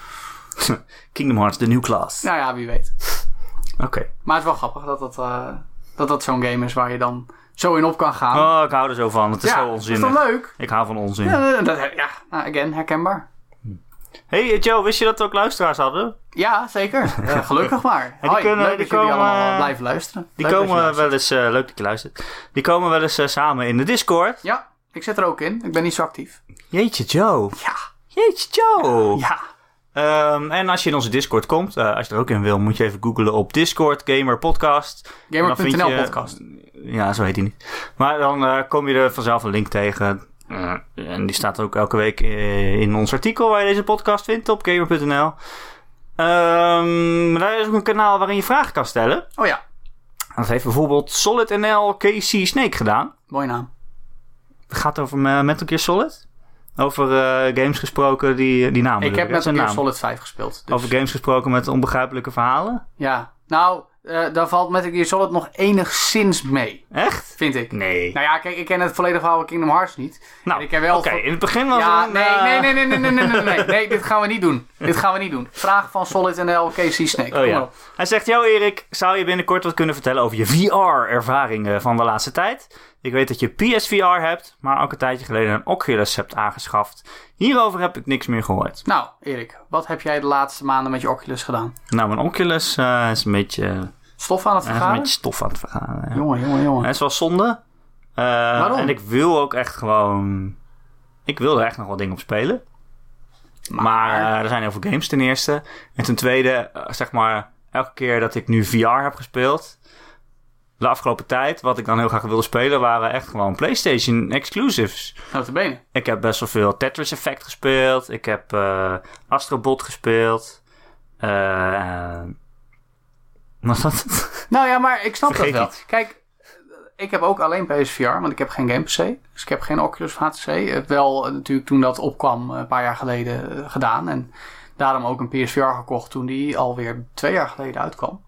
zijn. Kingdom Hearts, de new class. Nou ja, wie weet. Oké. Okay. Maar het is wel grappig dat dat, uh, dat dat zo'n game is waar je dan... zo in op kan gaan. Oh, ik hou er zo van. Het is ja, zo onzinnig. Dat is toch leuk? Ik hou van onzin. Ja, dat, ja nou, again, herkenbaar. Hey Joe, wist je dat we ook luisteraars hadden? Ja, zeker. Uh, gelukkig maar. Die Hoi, kunnen, leuk die dat komen, jullie allemaal blijven luisteren. Die leuk komen wel eens... Uh, leuk dat je luistert. Die komen wel eens uh, samen in de Discord. Ja, Ik zit er ook in. Ik ben niet zo actief. Jeetje Joe. Ja. Jeetje Joe. Ja. Um, en als je in onze Discord komt, uh, als je er ook in wil, moet je even googlen op Discord, Gamer Podcast. Gamer punt n l podcast. Ja, zo heet die niet. Maar dan uh, kom je er vanzelf een link tegen. Uh, en die staat ook elke week in ons artikel waar je deze podcast vindt op gamer punt n l. Um, daar is ook een kanaal waarin je vragen kan stellen. Oh ja. Dat heeft bijvoorbeeld Solid N L K C Snake gedaan. Mooie naam. Het gaat over Metal Gear Solid. Over uh, games gesproken die, die naam. Ik heb Metal Gear naam. Solid vijf gespeeld. Dus. Over games gesproken met onbegrijpelijke verhalen. Ja, nou, uh, daar valt Metal Gear Solid nog enigszins mee. Echt? Vind ik. Nee. Nou ja, kijk, ik ken het volledige verhaal van Kingdom Hearts niet. Nou, ik heb wel oké, voor... in het begin was ja, een... nee, uh... nee, nee, nee, nee, nee, nee, nee, nee, nee, dit gaan we niet doen. Dit gaan we niet doen. Vraag van Solid N L K C Snake. Oh, Kom ja. maar op. Hij zegt, yo Erik, zou je binnenkort wat kunnen vertellen over je V R-ervaringen van de laatste tijd? Ik weet dat je P S V R hebt, maar ook een tijdje geleden een Oculus hebt aangeschaft. Hierover heb ik niks meer gehoord. Nou, Erik, wat heb jij de laatste maanden met je Oculus gedaan? Nou, mijn Oculus uh, is een beetje... Stof aan het Hij is vergaren? een beetje stof aan het vergaren. Ja. Jongen, jongen, jongen. Het is wel zonde. Uh, Waarom? En ik wil ook echt gewoon... Ik wil er echt nog wel dingen op spelen. Maar, maar uh, er zijn heel veel games ten eerste. En ten tweede, uh, zeg maar... Elke keer dat ik nu V R heb gespeeld... De afgelopen tijd, wat ik dan heel graag wilde spelen... waren echt gewoon PlayStation exclusives. Notabene. Ik heb best wel veel Tetris Effect gespeeld. Ik heb uh, Astrobot gespeeld. Eh... Uh, Was dat het? Nou ja, maar ik snap Vergeet dat wel. niet. Kijk, ik heb ook alleen P S V R, want ik heb geen game P C. Dus ik heb geen Oculus H T C. Uh, wel uh, natuurlijk toen dat opkwam, uh, een paar jaar geleden uh, gedaan. En daarom ook een P S V R gekocht toen die alweer twee jaar geleden uitkwam.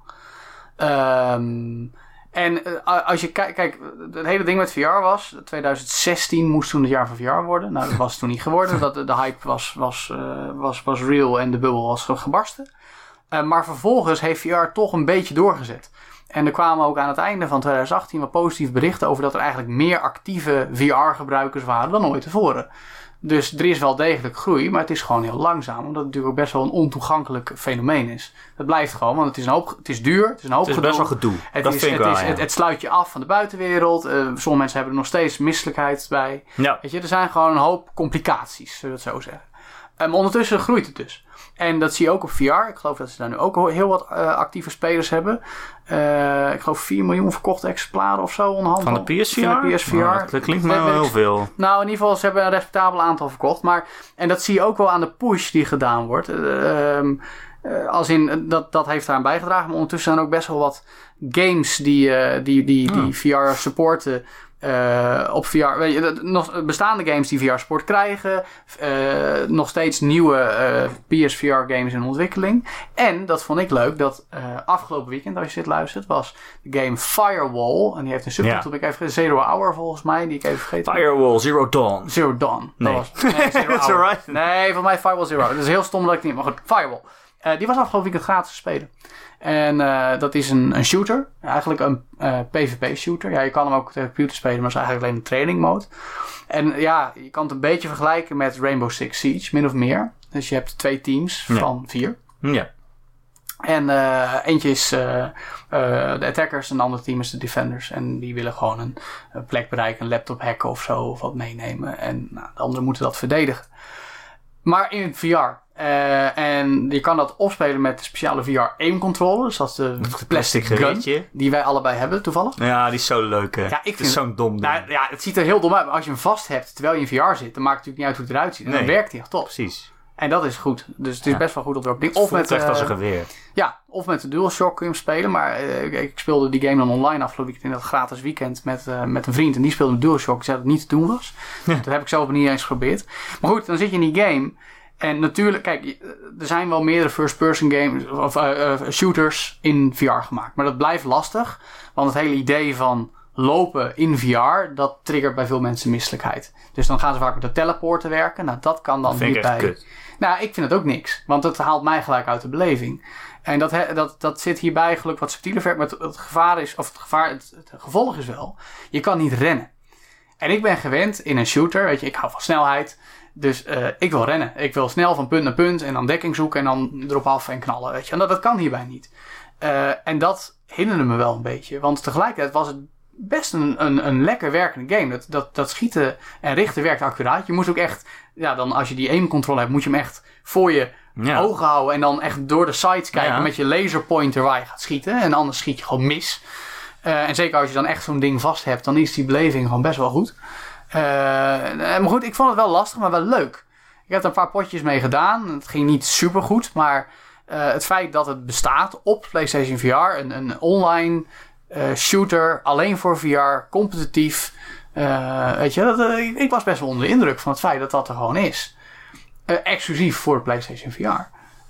Um, en uh, als je kijkt, kijk, het hele ding met V R was, twintig zestien moest toen het jaar van V R worden. Nou, dat was toen niet geworden. Dat, de hype was, was, uh, was, was real en de bubbel was gebarsten. Uh, maar vervolgens heeft V R toch een beetje doorgezet. En er kwamen ook aan het einde van twintig achttien wat positieve berichten over dat er eigenlijk meer actieve V R-gebruikers waren dan ooit tevoren. Dus er is wel degelijk groei, maar het is gewoon heel langzaam. Omdat het natuurlijk ook best wel een ontoegankelijk fenomeen is. Het blijft gewoon, want het is, een hoop, het is duur, het is een hoop Het is gedoe. best wel gedoe. Het, dat is, vind ik het, wel, is, ja. het, het sluit je af van de buitenwereld. Uh, sommige mensen hebben er nog steeds misselijkheid bij. Ja. Weet je, er zijn gewoon een hoop complicaties, zullen we het zo zeggen. Um, ondertussen groeit het dus. En dat zie je ook op V R. Ik geloof dat ze daar nu ook heel wat uh, actieve spelers hebben. Uh, ik geloof vier miljoen verkochte exemplaren of zo onderhand. Van de P S V R? Van de P S V R. Oh, dat klinkt me wel heel veel. Nou, in ieder geval, ze hebben een respectabel aantal verkocht. Maar, en dat zie je ook wel aan de push die gedaan wordt. Uh, um, uh, als in, dat, dat heeft daaraan bijgedragen. Maar ondertussen zijn er ook best wel wat games die, uh, die, die, die, die V R supporten. Uh, op V R, weet je, nog bestaande games die V R support krijgen, uh, nog steeds nieuwe uh, P S V R games in ontwikkeling. En dat vond ik leuk, dat uh, afgelopen weekend, als je dit luistert, was de game Firewall. En die heeft een subtitel, ja. ik even Zero Hour volgens mij, die ik even vergeten. Firewall Zero Dawn. Zero Dawn. Nee. Dat was, nee, Zero It's Hour. alright. Nee, volgens mij Firewall Zero. Dat is heel stom dat ik niet, maar goed, Firewall. Uh, die was afgelopen weekend gratis te spelen. En uh, dat is een, een shooter. Eigenlijk een uh, PvP-shooter. Ja, je kan hem ook op de computer spelen, maar het is eigenlijk alleen een training mode. En ja, je kan het een beetje vergelijken met Rainbow Six Siege, min of meer. Dus je hebt twee teams ja. van vier. Ja. En uh, eentje is uh, uh, de attackers en een ander team is de defenders. En die willen gewoon een, een plek bereiken, een laptop hacken of zo, of wat meenemen. En nou, de anderen moeten dat verdedigen. Maar in het V R. Uh, en je kan dat opspelen met de speciale V R aim controller. Dus dat is de plastic, plastic gun die wij allebei hebben toevallig. Ja, die is zo leuk hè. Ja, ik het is zo'n dom ding. Nou, ja, het ziet er heel dom uit. Maar als je hem vast hebt terwijl je in V R zit, dan maakt het natuurlijk niet uit hoe het eruit ziet. En nee. dan werkt hij echt top. Precies. En dat is goed. Dus het is ja. best wel goed op dat ding. Het of voelt met echt uh, als een geweer. Ja, of met de DualShock kun je hem spelen. Maar uh, ik speelde die game dan online afgelopen weekend in dat gratis weekend met, uh, met een vriend. En die speelde met DualShock. Ik zei dat het niet te doen was. Ja. Dat heb ik zelf niet eens geprobeerd. Maar goed, dan zit je in die game. En natuurlijk, kijk, er zijn wel meerdere first-person games of uh, uh, shooters in V R gemaakt. Maar dat blijft lastig. Want het hele idee van lopen in V R, dat triggert bij veel mensen misselijkheid. Dus dan gaan ze vaak met de teleporten werken. Nou, dat kan dan dat vind niet ik echt bij. kut. Nou, ik vind het ook niks. Want het haalt mij gelijk uit de beleving. En dat, he, dat, dat zit hierbij gelukkig wat subtieler ver. Maar het, het gevaar is, of het gevaar, het, het gevolg is wel, je kan niet rennen. En ik ben gewend in een shooter, weet je, ik hou van snelheid. Dus uh, ik wil rennen. Ik wil snel van punt naar punt en dan dekking zoeken en dan erop af en knallen, weet je. En dat, dat kan hierbij niet. Uh, en dat hinderde me wel een beetje. Want tegelijkertijd was het best een, een, een lekker werkende game. Dat, dat, dat schieten en richten werkt accuraat. Je moet ook echt, ja, dan als je die aim-control hebt, moet je hem echt voor je ja. ogen houden. En dan echt door de sights kijken ja. met je laserpointer waar je gaat schieten. En anders schiet je gewoon mis. Uh, en zeker als je dan echt zo'n ding vast hebt, dan is die beleving gewoon best wel goed. Uh, maar goed, ik vond het wel lastig, maar wel leuk. Ik heb er een paar potjes mee gedaan. Het ging niet super goed, maar uh, het feit dat het bestaat op PlayStation V R, een, een online uh, shooter, alleen voor V R, competitief. Uh, weet je, dat, uh, ik was best wel onder de indruk van het feit dat dat er gewoon is. Uh, exclusief voor de PlayStation V R.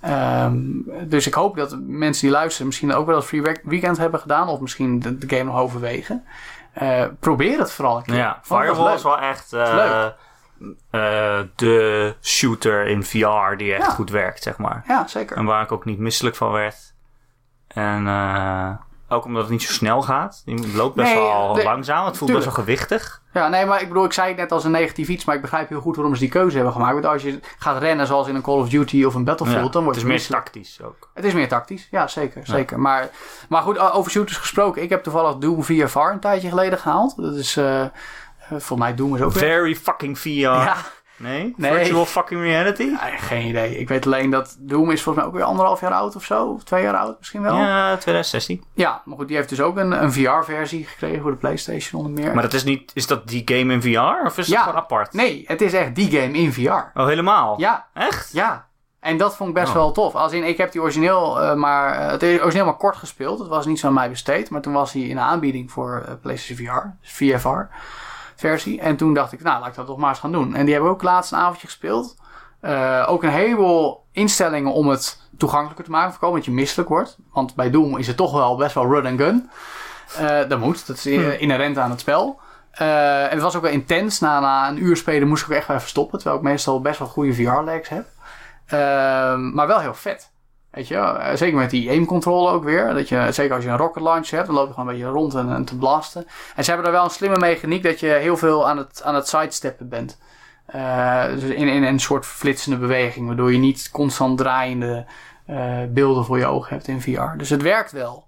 Um, dus ik hoop dat mensen die luisteren misschien ook wel eens Free Weekend hebben gedaan, of misschien de, de game nog overwegen. Uh, probeer het vooral een keer. Ja, Firewall is wel echt uh, leuk. Uh, de shooter in V R die echt ja. goed werkt, zeg maar. Ja, zeker. En waar ik ook niet misselijk van werd. En uh, ook omdat het niet zo snel gaat. Het loopt best nee, wel de, langzaam. Het voelt tuurlijk. best wel gewichtig. Ja, nee, maar ik bedoel, ik zei het net als een negatief iets, maar ik begrijp heel goed waarom ze die keuze hebben gemaakt. Want als je gaat rennen zoals in een Call of Duty of een Battlefield, ja, dan wordt het is meer tactisch ook. Het is meer tactisch, ja, zeker. Ja. zeker. Maar, maar goed, over shooters gesproken. Ik heb toevallig Doom via V R een tijdje geleden gehaald. Dat is, uh, volgens mij Doom is ook Very weer. fucking V R. Ja. Nee? nee? Virtual fucking reality? Nee, geen idee. Ik weet alleen dat Doom is volgens mij ook weer anderhalf jaar oud of zo. Of twee jaar oud misschien wel. Ja, twintig zestien. Ja, maar goed, die heeft dus ook een, een V R-versie gekregen voor de PlayStation onder meer. Maar dat is niet... Is dat die game in V R? Of is ja, het gewoon apart? Nee, het is echt die game in V R. Oh, helemaal? Ja. Echt? Ja. En dat vond ik best oh. wel tof. Als in, ik heb die origineel uh, maar... Uh, het origineel maar kort gespeeld. Het was niet zo aan mij besteed. Maar toen was hij in de aanbieding voor uh, PlayStation V R. Dus V F R. Versie. En toen dacht ik, nou, laat ik dat toch maar eens gaan doen. En die hebben ook laatst een avondje gespeeld. Uh, ook een heleboel instellingen om het toegankelijker te maken. Voorkomen dat je misselijk wordt. Want bij Doom is het toch wel best wel run and gun. Uh, dat moet. Dat is uh, inherent aan het spel. Uh, en het was ook wel intens. Na, na een uur spelen moest ik ook echt wel even stoppen. Terwijl ik meestal best wel goede V R-legs heb. Uh, maar wel heel vet. Weet je, zeker met die aim-control ook weer. Dat je, zeker als je een rocket launcher hebt, dan loop je gewoon een beetje rond en, en te blasten. En ze hebben er wel een slimme mechaniek dat je heel veel aan het, aan het sidesteppen bent. Uh, dus in, in een soort flitsende beweging, waardoor je niet constant draaiende uh, beelden voor je ogen hebt in V R. Dus het werkt wel.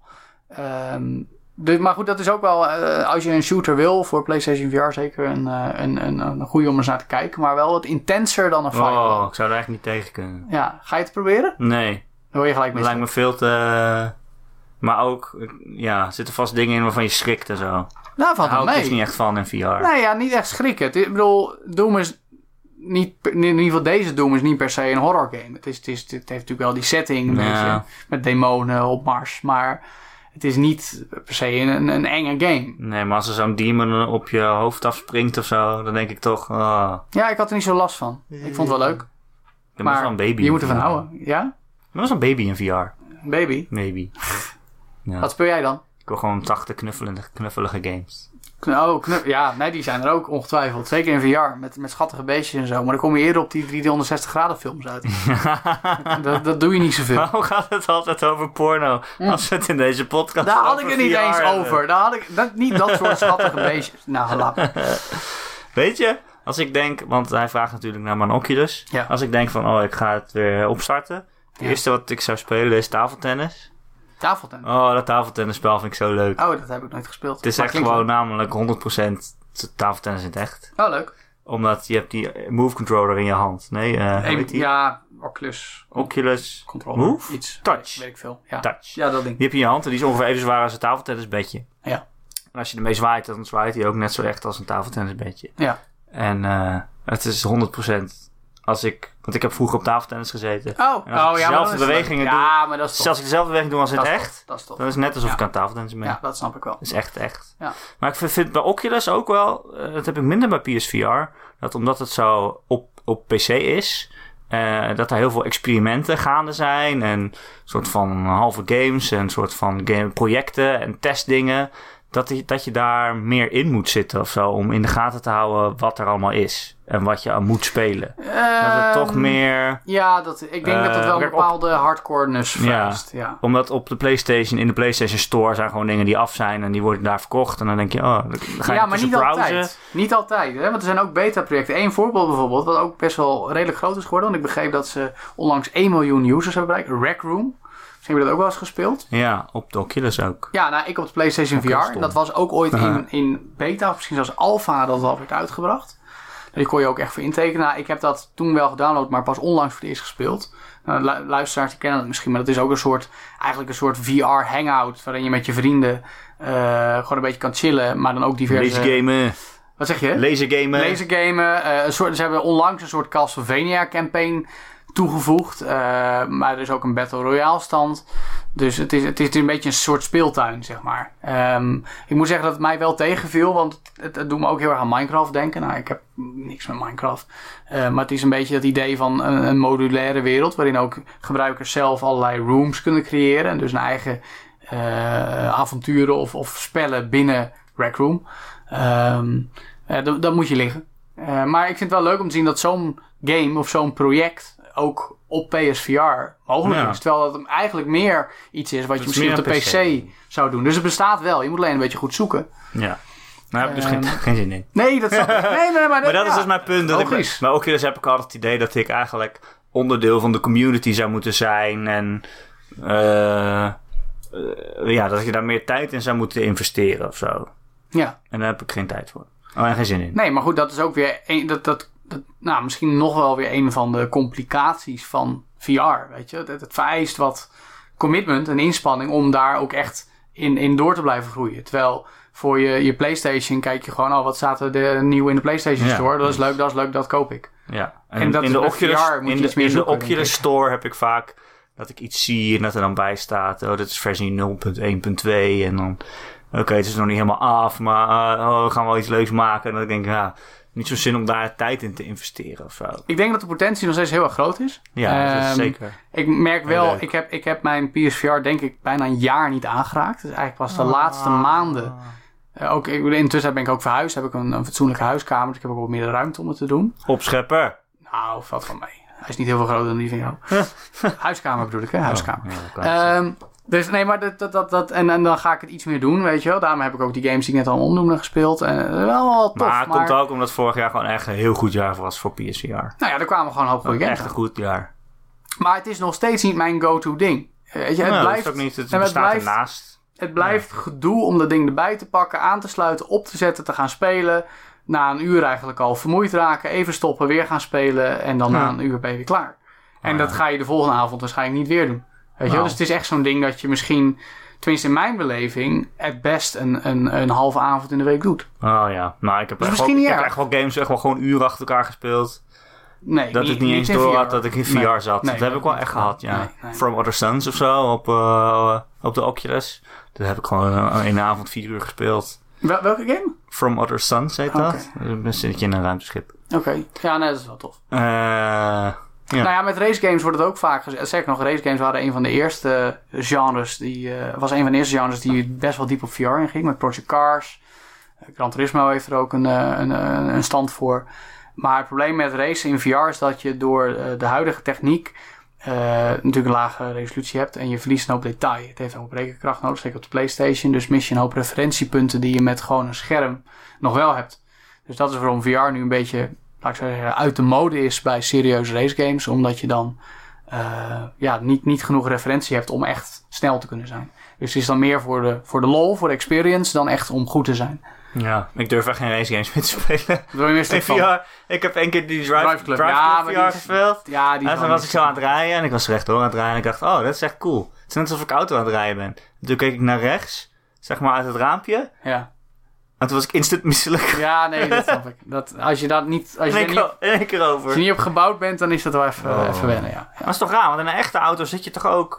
Um, dus, maar goed, dat is ook wel, uh, als je een shooter wil voor PlayStation V R, zeker een, uh, een, een, een goede om eens naar te kijken. Maar wel wat intenser dan een Firewall. Oh, ik zou er eigenlijk niet tegen kunnen. Ja, ga je het proberen? Nee. Dan word je gelijk mis. Dat lijkt me veel te... Uh, maar ook, ja, er zitten vast dingen in waarvan je schrikt en zo. Nou, valt Daar hou ik ik dus niet echt van in V R. Nee, ja, niet echt schrikken. Ik bedoel, Doom is niet... In ieder geval deze Doom is niet per se een horror game. Het, is, het, is, het heeft natuurlijk wel die setting, een ja. beetje, met demonen op Mars. Maar het is niet per se een, een enge game. Nee, maar als er zo'n demon op je hoofd afspringt of zo, dan denk ik toch... Oh. Ja, ik had er niet zo last van. Ik vond het wel leuk. Ik ben maar wel een baby. Je moet ervan houden, ja? Ik was een baby in V R. Een baby? Maybe. Ja. Wat speel jij dan? Ik wil gewoon tachtig knuffelende, knuffelige games. Oh, knuff- ja, nee, die zijn er ook ongetwijfeld. Zeker in V R, met, met schattige beestjes en zo. Maar dan kom je eerder op die driehonderdzestig graden films uit. dat, dat doe je niet zoveel. Waarom gaat het altijd over porno? Hm. Als we het in deze podcast Daar had ik het niet V R eens hebben. over. Daar had ik, dat, niet dat soort schattige beestjes. Nou, laat. Weet je, als ik denk... Want hij vraagt natuurlijk naar mijn Oculus. Ja. Als ik denk van, oh, ik ga het weer opstarten. Het Ja. eerste wat ik zou spelen is tafeltennis. Tafeltennis? Oh, dat tafeltennisspel vind ik zo leuk. Oh, dat heb ik nooit gespeeld. Het is Maar echt klinkt gewoon wel. namelijk honderd procent tafeltennis in het echt. Oh, leuk. Omdat je hebt die move controller in je hand. Nee, uh, hoe Een, heet die? ja, Oculus. Oculus Controller. Move? Iets. Touch. Weet ik veel. Ja. Touch. Ja, dat ding. Die heb je in je hand en die is ongeveer even zwaar als een tafeltennisbedje. Ja. En als je ermee zwaait, dan zwaait hij ook net zo echt als een tafeltennisbedje. Ja. En uh, het is honderd procent als ik... Want ik heb vroeger op tafeltennis gezeten. Oh, En als oh ik ja, maar dezelfde dan is het bewegingen leuk. doe... Ja, maar dat is Dus als ik dezelfde beweging doe als in Dat het is echt... tof. Dat is tof. Dan is het net alsof Ja. ik aan tafeltennis ben. Ja, dat snap ik wel. Dat is echt echt. Ja. Maar ik vind, vind bij Oculus ook wel... Uh, dat heb ik minder bij P S V R. Dat omdat het zo op, op P C is... Uh, dat er heel veel experimenten gaande zijn. En een soort van halve games. En een soort van game projecten en testdingen. Dat, die, dat je daar meer in moet zitten of zo. Om in de gaten te houden wat er allemaal is. En wat je aan moet spelen. Um, dat het toch meer... Ja, dat, ik denk uh, dat het wel een bepaalde op... hardcoreness vereist. Ja. ja, omdat op de PlayStation, in de PlayStation Store zijn gewoon dingen die af zijn. En die worden daar verkocht. En dan denk je, oh, dan ga je ja, maar niet browsen. altijd. Niet altijd. Hè? Want er zijn ook beta-projecten. Eén voorbeeld bijvoorbeeld, wat ook best wel redelijk groot is geworden. Want ik begreep dat ze onlangs één miljoen users hebben bereikt. Rec Room. Misschien heb je dat ook wel eens gespeeld. Ja, op de Oculus ook. Ja, nou, ik op de PlayStation Ook heel V R. stom. Dat was ook ooit in, in beta, of misschien zelfs alpha, dat het al werd uitgebracht. Die kon je ook echt voor intekenen. Nou, ik heb dat toen wel gedownload, maar pas onlangs voor het eerst gespeeld. Nou, lu- luisteraars die kennen het misschien, maar dat is ook een soort, eigenlijk een soort V R hangout, waarin je met je vrienden uh, gewoon een beetje kan chillen, maar dan ook diverse... Lasergamen. Wat zeg je? Lasergamen. Lasergamen. Uh, een soort, ze hebben onlangs een soort Castlevania campaign toegevoegd. Uh, maar er is ook een Battle Royale stand. Dus het is, het is een beetje een soort speeltuin, zeg maar. Um, ik moet zeggen dat het mij wel tegenviel, want het, het doet me ook heel erg aan Minecraft denken. Nou, ik heb niks met Minecraft. Uh, maar het is een beetje het idee van een, een modulaire wereld, waarin ook gebruikers zelf allerlei rooms kunnen creëren. En dus een eigen uh, avonturen of, of spellen binnen Rec Room. Um, uh, d- dat moet je liggen. Uh, maar ik vind het wel leuk om te zien dat zo'n game of zo'n project ook op P S V R mogelijk Ja. is. Terwijl dat hem eigenlijk meer iets is wat je is misschien op de meer P een C zou doen. Dus het bestaat wel. Je moet alleen een beetje goed zoeken. Ja. Daar heb ik dus Ehm, geen, geen zin in. Nee, dat snap ik. Nee, nee, maar, Maar dat ja. is dus mijn punt. Dat ik, Logisch. bij Oculus heb ik altijd het idee dat ik eigenlijk onderdeel van de community zou moeten zijn. En uh, uh, ja, dat je daar meer tijd in zou moeten investeren of zo. Ja. En daar heb ik geen tijd voor. Oh, en geen zin in. Nee, maar goed, dat is ook weer een, dat, dat, dat, nou, misschien nog wel weer een van de complicaties van V R. Weet je, het, het vereist wat commitment en inspanning om daar ook echt in, in door te blijven groeien. Terwijl voor je, je PlayStation kijk je gewoon, oh, wat staat er de, nieuw in de PlayStation Ja. Store? Dat is leuk, dat is leuk, dat koop ik. Ja. En, En dat in is de met Oculus, V R moet je in de, iets meer in de zoeken, denk Oculus ik. Store heb ik vaak dat ik iets zie en dat er dan bij staat. Oh, dit is versie nul punt één punt twee. En dan, oké, okay, het is nog niet helemaal af, maar uh, oh, we gaan wel iets leuks maken. En dan denk ik, ja, niet zo zin om daar tijd in te investeren of zo. Ik denk dat de potentie nog steeds heel erg groot is. Ja, dat is Ehm, zeker. Ik merk Heel wel, leuk. ik heb, ik heb mijn P S V R denk ik bijna een jaar niet aangeraakt. Dus eigenlijk pas de Ah. laatste maanden. Uh, ook, ik, intussen ben ik ook verhuisd. Heb ik een, een fatsoenlijke huiskamer. Dus ik heb ook wat meer ruimte om het te doen. Opschepper. Nou, valt van mee. Hij is niet heel veel groter dan die van jou. Huiskamer bedoel ik, hè? Huiskamer. Oh, ja, dat kan ik Ehm, dus nee, maar dat, dat, dat, dat en, en dan ga ik het iets meer doen, weet je wel. Daarom heb ik ook die games die ik net al omnoemde gespeeld. En uh, wel, wel tof. maar Maar, het komt ook omdat vorig jaar gewoon echt een heel goed jaar was voor P S V R. nou ja, er kwamen gewoon een hoop goede games Echt een aan. goed jaar. Maar het is nog steeds niet mijn go-to ding. Weet je, het Nou, blijft, dat is ook niet, het nee, maar bestaat blijft, ernaast. Het blijft gedoe om dat ding erbij te pakken, aan te sluiten, op te zetten, te gaan spelen. Na een uur eigenlijk al vermoeid raken, even stoppen, weer gaan spelen. En dan Ja. na een uur ben je weer klaar. En Ja. dat ga je de volgende avond waarschijnlijk niet weer doen. Weet je wel? Nou. Dus het is echt zo'n ding dat je misschien, tenminste in mijn beleving, het best een, een, een halve avond in de week doet. Oh ja, nou ik heb, Dat is echt wel, misschien ik niet heb erg. echt wel games echt wel gewoon uren achter elkaar gespeeld. Nee, Dat ik niet eens in door V R. had dat ik in V R Nee. zat. Nee, dat heb ik wel echt gehad, ja. Nee, nee. From Other Suns of zo op, uh, op de Oculus. Dat heb ik gewoon uh, in de avond vier uur gespeeld. Wel, welke game? From Other Suns heet dat. Oké. Dan zit je in een ruimteschip. Oké, ja, nee, dat is wel tof. Uh, ja. Nou ja, met race games wordt het ook vaak gezegd. Zeker nog, race games waren een van de eerste genres. Die uh, was een van de eerste genres die best wel diep op V R inging. Met Project Cars. Uh, Gran Turismo heeft er ook een, uh, een, een, een stand voor. Maar het probleem met racen in V R is dat je door uh, de huidige techniek uh, natuurlijk een lage resolutie hebt. En je verliest een hoop detail. Het heeft een hoop rekenkracht nodig, zeker op de PlayStation. Dus mis je een hoop referentiepunten die je met gewoon een scherm nog wel hebt. Dus dat is waarom V R nu een beetje, laat ik zeggen, uit de mode is bij serieuze racegames. Omdat je dan uh, ja, niet, niet genoeg referentie hebt om echt snel te kunnen zijn. Dus het is dan meer voor de, voor de lol, voor de experience, dan echt om goed te zijn. Ja, ik durf echt geen racegames meer te spelen. Wil je meer In V R, ik heb één keer die Drive, Drive Drive Club, Club ja, V maar R die is- gespeeld. Ja, die En is toen wel was ik niet- zo aan het rijden en ik was rechtdoor aan het rijden en ik dacht, oh, dat is echt cool. Het is net alsof ik auto aan het rijden ben. En toen keek ik naar rechts, zeg maar uit het raampje. Ja. En toen was ik instant misselijk. Ja, nee, dat snap ik. Dat, als je dat niet, als je In er één niet, keer, in één keer over. als je niet op gebouwd bent, dan is dat wel even, Oh. even wennen, ja. Dat is toch raar, want in een echte auto zit je toch ook...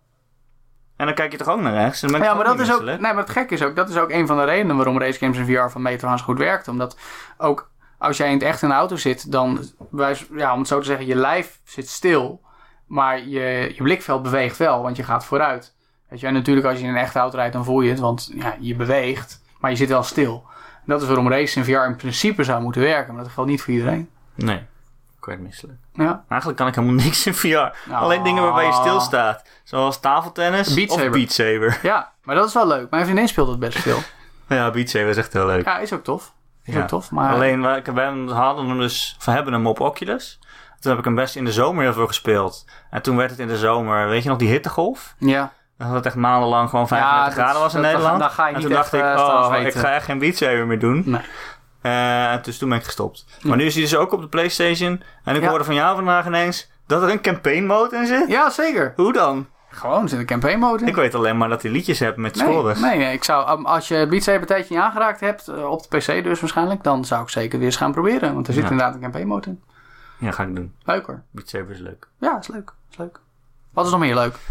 En dan kijk je toch ook naar rechts? En dan ben ik Ja, maar toch dat niet is ook, misselijk? nee, maar het gekke is ook, dat is ook een van de redenen waarom racegames in V R van Metro zo goed werkt. Omdat ook als jij in het echt in de auto zit, dan, wij- ja, om het zo te zeggen, je lijf zit stil, maar je, je blikveld beweegt wel, want je gaat vooruit. Weet je, en natuurlijk als je in een echte auto rijdt, dan voel je het, want ja, je beweegt, maar je zit wel stil. En dat is waarom race in V R in principe zou moeten werken, maar dat geldt niet voor iedereen. Nee, ik werd misselijk. Ja. Eigenlijk kan ik helemaal niks in V R. Alleen dingen waarbij je stilstaat. Zoals tafeltennis Beat of Saber. Beat Saber. Ja, maar dat is wel leuk. Mijn vriendin speelt het best veel. Ja, Beat Saber is echt heel leuk. Ja, is ook tof. Is Ja. ook tof, maar... Alleen, we, we hadden hem dus, we hebben hem op Oculus. Toen heb ik hem best in de zomer heel veel gespeeld. En toen werd het in de zomer, weet je nog, die hittegolf? Ja. Dat het echt maandenlang gewoon vijfendertig ja, graden was in dat, Nederland. Dan ga je en niet toen dacht echt, ik, uh, oh, ik ga echt geen Beat Saber meer doen. Nee. Uh, dus toen ben ik gestopt. Ja. Maar nu is hij dus ook op de PlayStation. En ik ja. hoorde van jou vandaag ineens dat er een campaign mode in zit. Ja, zeker. Hoe dan? Gewoon, er zit een campaign mode in. Ik weet alleen maar dat hij liedjes hebt met nee, scores. Nee, nee, ik zou, um, als je Beat Saber een tijdje niet aangeraakt hebt, uh, op de P C dus waarschijnlijk, dan zou ik zeker weer eens gaan proberen. Want er zit ja. inderdaad een campaign mode in. Ja, ga ik doen. Leuk hoor. Beat Saber is leuk. Ja, is leuk. Is leuk. Wat is nog meer leuk?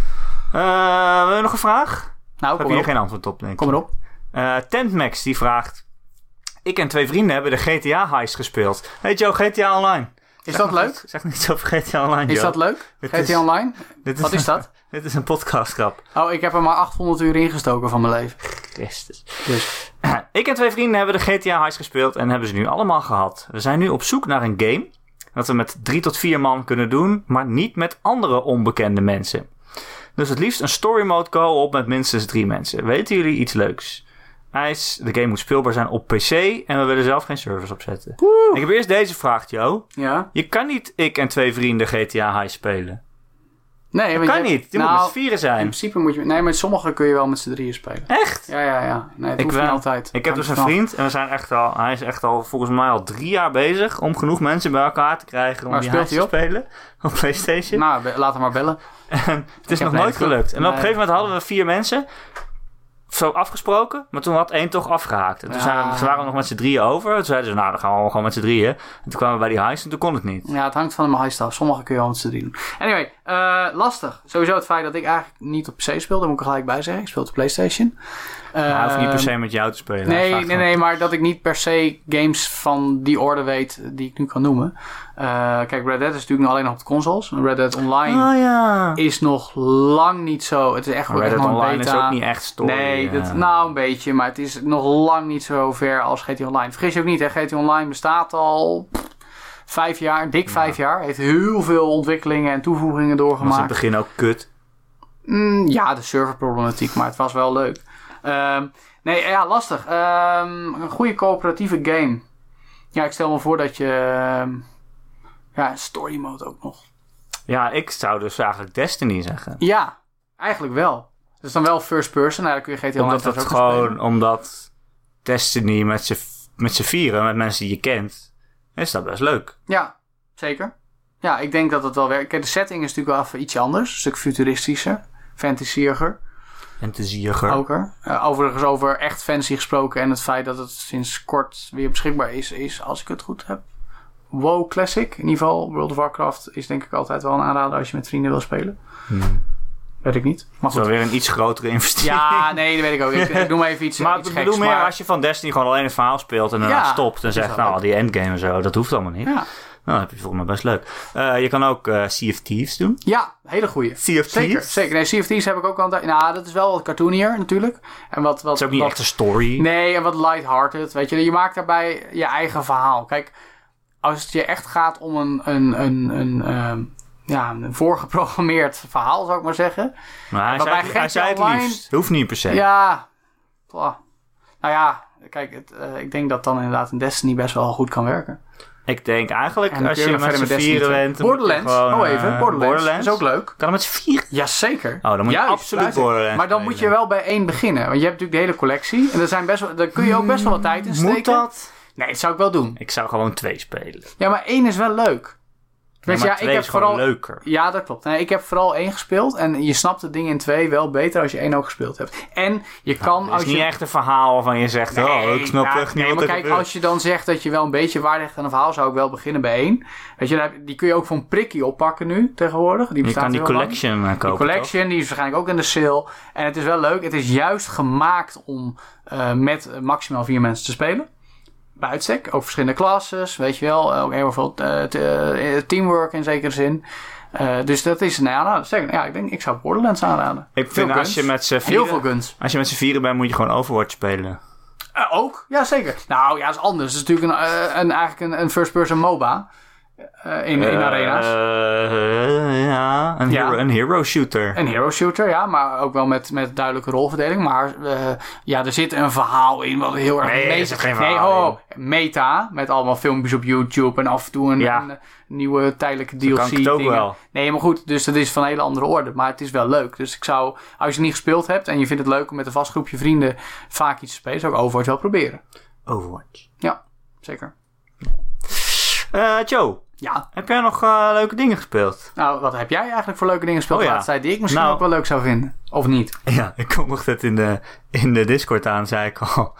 Uh, wil je nog een vraag? Nou, ik heb hier geen antwoord op, denk ik. Kom erop. Uh, Tentmax die vraagt... Ik en twee vrienden hebben de G T A-heist gespeeld. Hey Joe, G T A Online. Is zeg dat leuk? Niet, zeg niet over G T A Online, Joe. Is dat leuk? Dit G T A Online? Dit is Wat is dat? Dit is een podcastgrap. Oh, ik heb er maar achthonderd uur ingestoken van mijn leven. Christus. Dus. Ik en twee vrienden hebben de G T A-heist gespeeld en hebben ze nu allemaal gehad. We zijn nu op zoek naar een game dat we met drie tot vier man kunnen doen, maar niet met andere onbekende mensen. Dus het liefst een story mode co-op met minstens drie mensen. Weten jullie iets leuks? IJs, de game moet speelbaar zijn op P C en we willen zelf geen servers opzetten. Woe! Ik heb eerst deze vraag, Joe. Ja? Je kan niet ik en twee vrienden G T A High spelen. Nee, dat kan je, niet. Je nou, moet met z'n vieren zijn. In principe moet je... Nee, met sommige kun je wel met z'n drieën spelen. Echt? Ja, ja, ja. Nee, het ik hoeft ben, niet altijd. Ik heb dus een vriend en we zijn echt al... Hij is echt al volgens mij al drie jaar bezig om genoeg mensen bij elkaar te krijgen om maar die High te spelen. Op PlayStation. Nou, laat hem maar bellen. En het is nog nooit gelukt. En nee. Op een gegeven moment hadden we vier mensen... Zo afgesproken, maar toen had één toch afgehaakt. En toen ja. zijn we, ze waren we nog met z'n drieën over. Toen zeiden ze, nou, dan gaan we gewoon met z'n drieën. En toen kwamen we bij die heist en toen kon het niet. Ja, het hangt van de heist af. Sommige kun je al met z'n drieën doen. Anyway, uh, lastig. Sowieso het feit dat ik eigenlijk niet op P C speel. Daar moet ik er gelijk bij zeggen. Ik speel op de PlayStation. Uh, nou, hoef niet per se met jou te spelen. Nee, nee, nee, maar dat ik niet per se games van die orde weet die ik nu kan noemen. Uh, kijk, Red Dead is natuurlijk nog alleen nog op de consoles. Red Dead Online oh, ja. is nog lang niet zo. Het is echt Red Dead Online beta. is ook niet echt story. Nee, ja. dat, nou een beetje, maar het is nog lang niet zo ver als G T Online. Vergis je ook niet, hè? G T Online bestaat al pff, vijf jaar, dik ja. vijf jaar. Heeft heel veel ontwikkelingen en toevoegingen doorgemaakt. Was in het begin ook kut? Mm, ja, de serverproblematiek, maar het was wel leuk. Um, nee, ja, lastig. Um, een goede coöperatieve game. Ja, ik stel me voor dat je... Um, ja, story mode ook nog. Ja, ik zou dus eigenlijk Destiny zeggen. Ja, eigenlijk wel. Het is dan wel first person. Nou, dan kun je G T A Omdat het gewoon... Spelen. Omdat Destiny met z'n, met z'n vieren, met mensen die je kent... is dat best leuk. Ja, zeker. Ja, ik denk dat het wel werkt. Kijk, de setting is natuurlijk wel even ietsje anders. Een stuk futuristischer. Fantasieger. Fantasieger. Ook er. Uh, overigens over echt fantasy gesproken en het feit dat het sinds kort weer beschikbaar is, is als ik het goed heb, WoW Classic. In ieder geval, World of Warcraft is denk ik altijd wel een aanrader als je met vrienden wil spelen. Hmm. Weet ik niet. Maar goed. Dat is wel weer een iets grotere investering. Ja, nee, dat weet ik ook. Ik, ik doe maar even iets Maar iets ik geks, bedoel meer maar... als je van Destiny gewoon alleen het verhaal speelt en daarna ja, stopt en zegt, nou, die endgame en zo, dat hoeft allemaal niet. Ja. Nou, dat heb je volgens mij best leuk. Uh, je kan ook uh, Sea of Thieves doen. Ja, hele goeie. Sea of zeker, Thieves? Zeker. Nee, Sea of Thieves heb ik ook al... Nou, dat is wel wat cartoonier natuurlijk. En wat, wat, het is ook niet wat, echt een story. Nee, en wat lighthearted. Weet je, je maakt daarbij je eigen verhaal. Kijk, als het je echt gaat om een... een, een, een um, ja, een voorgeprogrammeerd verhaal, zou ik maar zeggen. Maar hij zei, hij zei het online, liefst. Hoeft niet per se. Ja. Plah. Nou ja, kijk, het, uh, ik denk dat dan inderdaad een Destiny best wel goed kan werken. Ik denk eigenlijk, als je, je met z'n vieren bent... Borderlands, gewoon, oh even, Borderlands. Borderlands. is ook leuk. Kan dat met z'n vieren? Jazeker. Oh, dan moet Juist, je absoluut luister. Borderlands Maar dan spelen. moet je wel bij één beginnen. Want je hebt natuurlijk de hele collectie. En er zijn best wel, daar kun je ook best wel wat tijd in steken. Moet dat? Nee, dat zou ik wel doen. Ik zou gewoon twee spelen. Ja, maar één is wel leuk. Ja, maar ja, twee ik heb is vooral vooral leuker. Ja, dat klopt. Nee, ik heb vooral één gespeeld. En je snapt het ding in twee wel beter als je één ook gespeeld hebt. En je kan... Nou, het is als niet je... echt een verhaal waarvan je zegt... Nee, oh, ik snap ja, echt niet nee, wat maar er kijk, gebeurt. als je dan zegt dat je wel een beetje waarde hecht aan een verhaal... zou ik wel beginnen bij één. Weet je, die kun je ook voor een prikkie oppakken nu tegenwoordig. Die je kan die collection lang. kopen, Die collection, toch? Die is waarschijnlijk ook in de sale. En het is wel leuk. Het is juist gemaakt om uh, met maximaal vier mensen te spelen. Bij uitstek. Ook verschillende classes, weet je wel. Ook heel veel uh, t- uh, teamwork in zekere zin. Uh, dus dat is, nou ja, nou, ja, ik denk, ik zou Borderlands aanraden. Ik vind als je met z'n vieren, heel veel guns. Als je met z'n vieren bent, moet je gewoon Overwatch spelen. Uh, ook, ja zeker. Nou ja, dat is anders. Het is natuurlijk een, uh, een, eigenlijk een, een first-person MOBA. Uh, in, in uh, arena's. Uh, ja, een, ja. Hero, een hero shooter. Een hero shooter, ja, maar ook wel met, met duidelijke rolverdeling. Maar uh, ja, er zit een verhaal in wat heel erg... Nee, meta- er zit geen verhaal nee, oh, meta, met allemaal filmpjes op YouTube en af en toe een, Ja. een, een nieuwe tijdelijke D L C. Zo kan ik het ook dingen. wel. Nee, maar goed, dus dat is van een hele andere orde. Maar het is wel leuk. Dus ik zou, als je het niet gespeeld hebt en je vindt het leuk om met een vast groepje vrienden vaak iets te spelen, zou ik Overwatch wel proberen. Overwatch. Ja, zeker. Uh, Joe, Ja. heb jij nog uh, leuke dingen gespeeld? Nou, wat heb jij eigenlijk voor leuke dingen gespeeld Oh, de ja. laatste tijd die ik misschien Nou. ook wel leuk zou vinden? Of niet? Ja, ik kom nog net in de, in de Discord aan, zei ik al,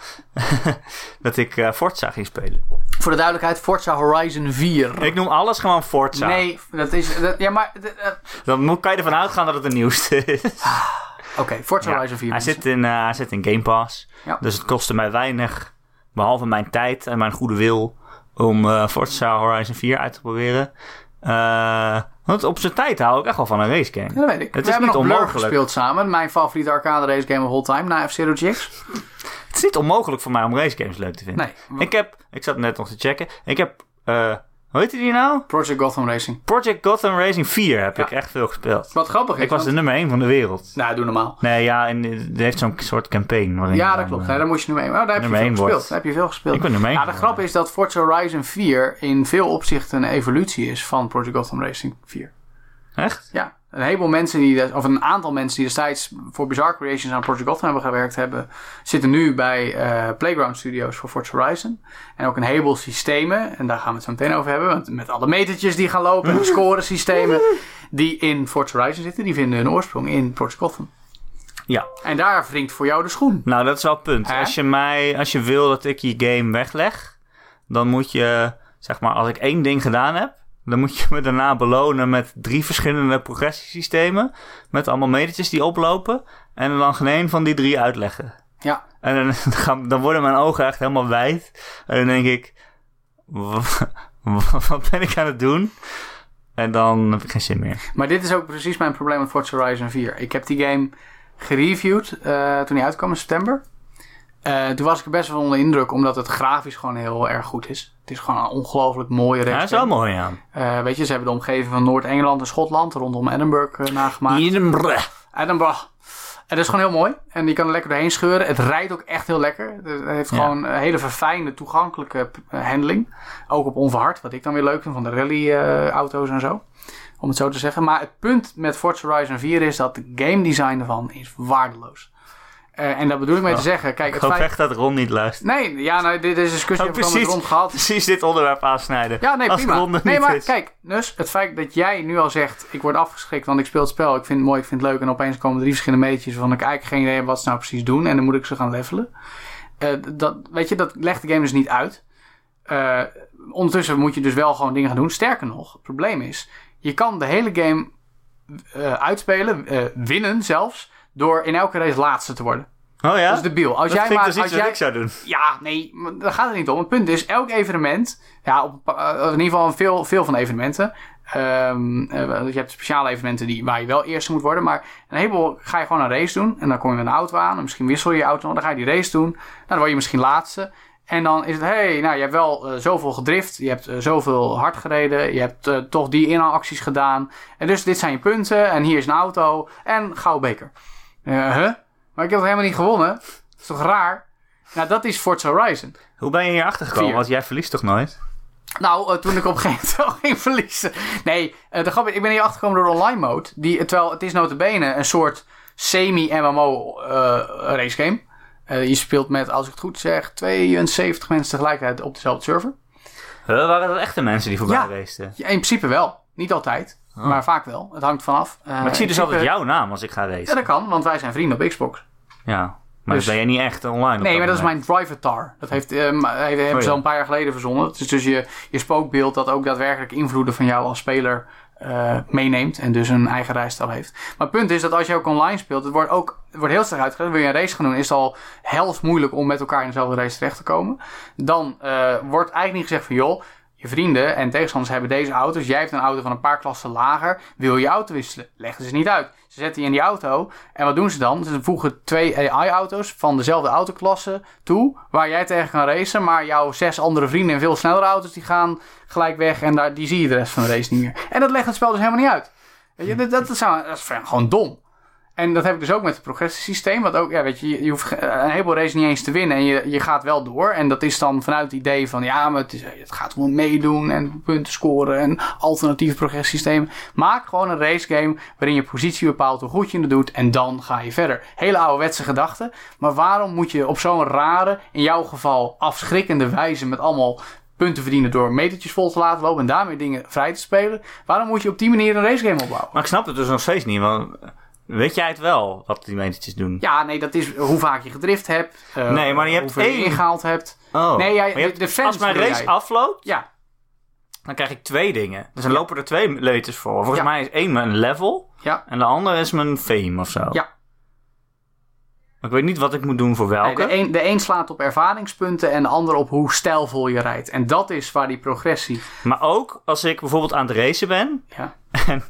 dat ik uh, Forza ging spelen. Voor de duidelijkheid, Forza Horizon vier. Ik noem alles gewoon Forza. Nee, dat is... Dat, ja, maar... Uh, Dan moet, kan je ervan uitgaan dat het de nieuwste is. Oké, okay, Forza Ja, Horizon vier. Hij mensen. zit, in, uh, hij zit in Game Pass. Ja. Dus het kostte mij weinig, behalve mijn tijd en mijn goede wil, om uh, Forza Horizon vier uit te proberen. Uh, want op zijn tijd hou ik echt wel van een racegame. Ja, dat weet ik. Het We is hebben niet nog Blur onmogelijk. gespeeld samen. Mijn favoriete arcade race game of all time na F-Zero G X. Het is niet onmogelijk voor mij om racegames leuk te vinden. Nee. Ik heb, ik zat net nog te checken. Ik heb, uh, hoe heet die nou? Project Gotham Racing. Project Gotham Racing vier heb Ja. ik echt veel gespeeld. Wat grappig is. Ik was want- de nummer één van de wereld. Nou, doe normaal. Nee, ja, en het heeft zo'n soort campaign. waarin Ja, je dat dan, klopt. uh, Nee, daar moest je nummer één. Oh, daar heb je nummer veel één gespeeld. wordt. Daar heb je veel gespeeld. Ik ben nummer één Nou, de geworden. grap is dat Forza Horizon vier in veel opzichten een evolutie is van Project Gotham Racing vier. Echt? Ja, een heleboel mensen die, of een aantal mensen die destijds voor Bizarre Creations aan Project Gotham hebben gewerkt hebben, zitten nu bij uh, Playground Studios voor Forza Horizon. En ook een heleboel systemen, en daar gaan we het zo meteen over hebben, want met alle metertjes die gaan lopen en de scoresystemen die in Forza Horizon zitten, die vinden hun oorsprong in Project Gotham. Ja. En daar wringt voor jou de schoen. Nou, dat is wel het punt. Hè? Als je mij, als je wil dat ik je game wegleg, dan moet je, zeg maar, als ik één ding gedaan heb, dan moet je me daarna belonen met drie verschillende progressiesystemen. Met allemaal metertjes die oplopen. En dan geen één van die drie uitleggen. Ja. En dan, gaan, dan worden mijn ogen echt helemaal wijd. En dan denk ik, wat, wat ben ik aan het doen? En dan heb ik geen zin meer. Maar dit is ook precies mijn probleem met Forza Horizon vier. Ik heb die game gereviewd uh, toen hij uitkwam in september. Uh, toen was ik er best wel onder indruk, omdat het grafisch gewoon heel erg goed is. Het is gewoon een ongelooflijk mooie race. Ja, dat is wel mooi aan. Uh, weet je, ze hebben de omgeving van Noord-Engeland en Schotland rondom Edinburgh uh, nagemaakt. Edinburgh. Edinburgh. En dat is gewoon heel mooi. En je kan er lekker doorheen scheuren. Het rijdt ook echt heel lekker. Het heeft Ja. gewoon een hele verfijnde, toegankelijke uh, handling. Ook op onverhard, wat ik dan weer leuk vind van de rally-auto's uh, en zo. Om het zo te zeggen. Maar het punt met Forza Horizon vier is dat de game design ervan is waardeloos. Uh, en dat bedoel ik mee Oh. te zeggen. Kijk, Ik het hoop feit... echt dat Ron niet luistert. Nee, ja, nou, dit is discussie Oh, hebben we al met precies. Ron gehad. Precies dit onderwerp aansnijden. Ja, nee, Als prima. Ron er Nee, niet maar is. kijk, dus het feit dat jij nu al zegt, ik word afgeschrikt, want ik speel het spel, ik vind het mooi, ik vind het leuk, en opeens komen drie verschillende meetjes waarvan ik eigenlijk geen idee heb wat ze nou precies doen, en dan moet ik ze gaan levelen. Uh, dat, weet je, dat legt de game dus niet uit. Uh, ondertussen moet je dus wel gewoon dingen gaan doen. Sterker nog, het probleem is, je kan de hele game uh, uitspelen, uh, winnen zelfs, door in elke race laatste te worden. Oh ja? Dat is debiel. Als dat jij vind maar, ik dus als iets wat jij, ik zou doen. ja, nee, maar daar gaat het niet om. Het punt is, elk evenement, ja, op, uh, in ieder geval veel, veel van de evenementen. Um, uh, je hebt speciale evenementen die, waar je wel eerste moet worden. Maar een heleboel ga je gewoon een race doen. En dan kom je met een auto aan. En misschien wissel je je auto. Dan ga je die race doen. Nou, dan word je misschien laatste. En dan is het, hé, hey, nou, je hebt wel uh, zoveel gedrift. Je hebt uh, zoveel hard gereden. Je hebt uh, toch die inhaalacties gedaan. En dus dit zijn je punten. En hier is een auto. En gouden beker. Uh, huh? Maar ik heb het helemaal niet gewonnen. Dat is toch raar? Nou, dat is Forza Horizon. Hoe ben je hier achter gekomen? Vier. Want jij verliest toch nooit? Nou, uh, toen ik op een gegeven moment wel ging verliezen. Nee, uh, de grap is, ik ben hier achtergekomen door de online mode. Die, terwijl het is nota bene een soort semi-M M O uh, racegame. Uh, je speelt met, als ik het goed zeg, tweeënzeventig mensen tegelijkertijd op dezelfde server. Huh, waren dat echte mensen die voorbij Ja. raceten? Ja, in principe wel. Niet altijd, Oh. maar vaak wel. Het hangt vanaf. Uh, Maar ik zie dus in altijd principe- jouw naam als ik ga racen. Ja, dat kan, want wij zijn vrienden op Xbox. Ja, maar Dus- ben je niet echt online op Nee, maar dat is moment? mijn Drivatar. Dat heeft, uh, hebben Oh, ze ja. al een paar jaar geleden verzonnen. Het is dus je, je spookbeeld dat ook daadwerkelijk invloeden van jou als speler uh, meeneemt. En dus een eigen rijstijl heeft. Maar het punt is dat als je ook online speelt, het wordt ook het wordt heel sterk uitgelegd. Wil je een race gaan doen, is het al hels moeilijk om met elkaar in dezelfde race terecht te komen. Dan uh, wordt eigenlijk niet gezegd van, joh, je vrienden en tegenstanders hebben deze auto's. Jij hebt een auto van een paar klassen lager. Wil je auto wisselen? Leggen ze niet uit. Ze zetten je in die auto. En wat doen ze dan? Ze voegen twee A I-auto's van dezelfde autoklasse toe. Waar jij tegen kan racen. Maar jouw zes andere vrienden en veel snellere auto's die gaan gelijk weg. En daar, die zie je de rest van de race niet meer. En dat legt het spel dus helemaal niet uit. Weet je, dat, dat, is, dat is gewoon dom. En dat heb ik dus ook met het progressiesysteem. Wat ook, ja, weet je, je hoeft een heleboel races niet eens te winnen. En je, je gaat wel door. En dat is dan vanuit het idee van, ja, maar het, is, het gaat om meedoen en punten scoren en alternatieve progressiesystemen. Maak gewoon een racegame waarin je positie bepaalt, hoe goed je het doet. En dan ga je verder. Hele ouderwetse gedachten. Maar waarom moet je op zo'n rare, in jouw geval afschrikkende wijze met allemaal punten verdienen door metertjes vol te laten lopen en daarmee dingen vrij te spelen? Waarom moet je op die manier een racegame opbouwen? Maar ik snap het dus nog steeds niet, want weet jij het wel, wat die metertjes doen? Ja, nee, dat is hoe vaak je gedrift hebt. Uh, nee, maar je hebt hoeveel één... je ingehaald hebt. Oh. Nee, jij, maar je hebt, de, de fans als mijn race jij. afloopt, ja. dan krijg ik twee dingen. Dus dan ja. lopen er twee meters voor. Volgens ja. mij is één mijn level ja. en de andere is mijn fame of zo. Ja. Maar ik weet niet wat ik moet doen voor welke. Nee, de, een, de een slaat op ervaringspunten en de ander op hoe stijlvol je rijdt. En dat is waar die progressie... Maar ook als ik bijvoorbeeld aan het racen ben Ja. en,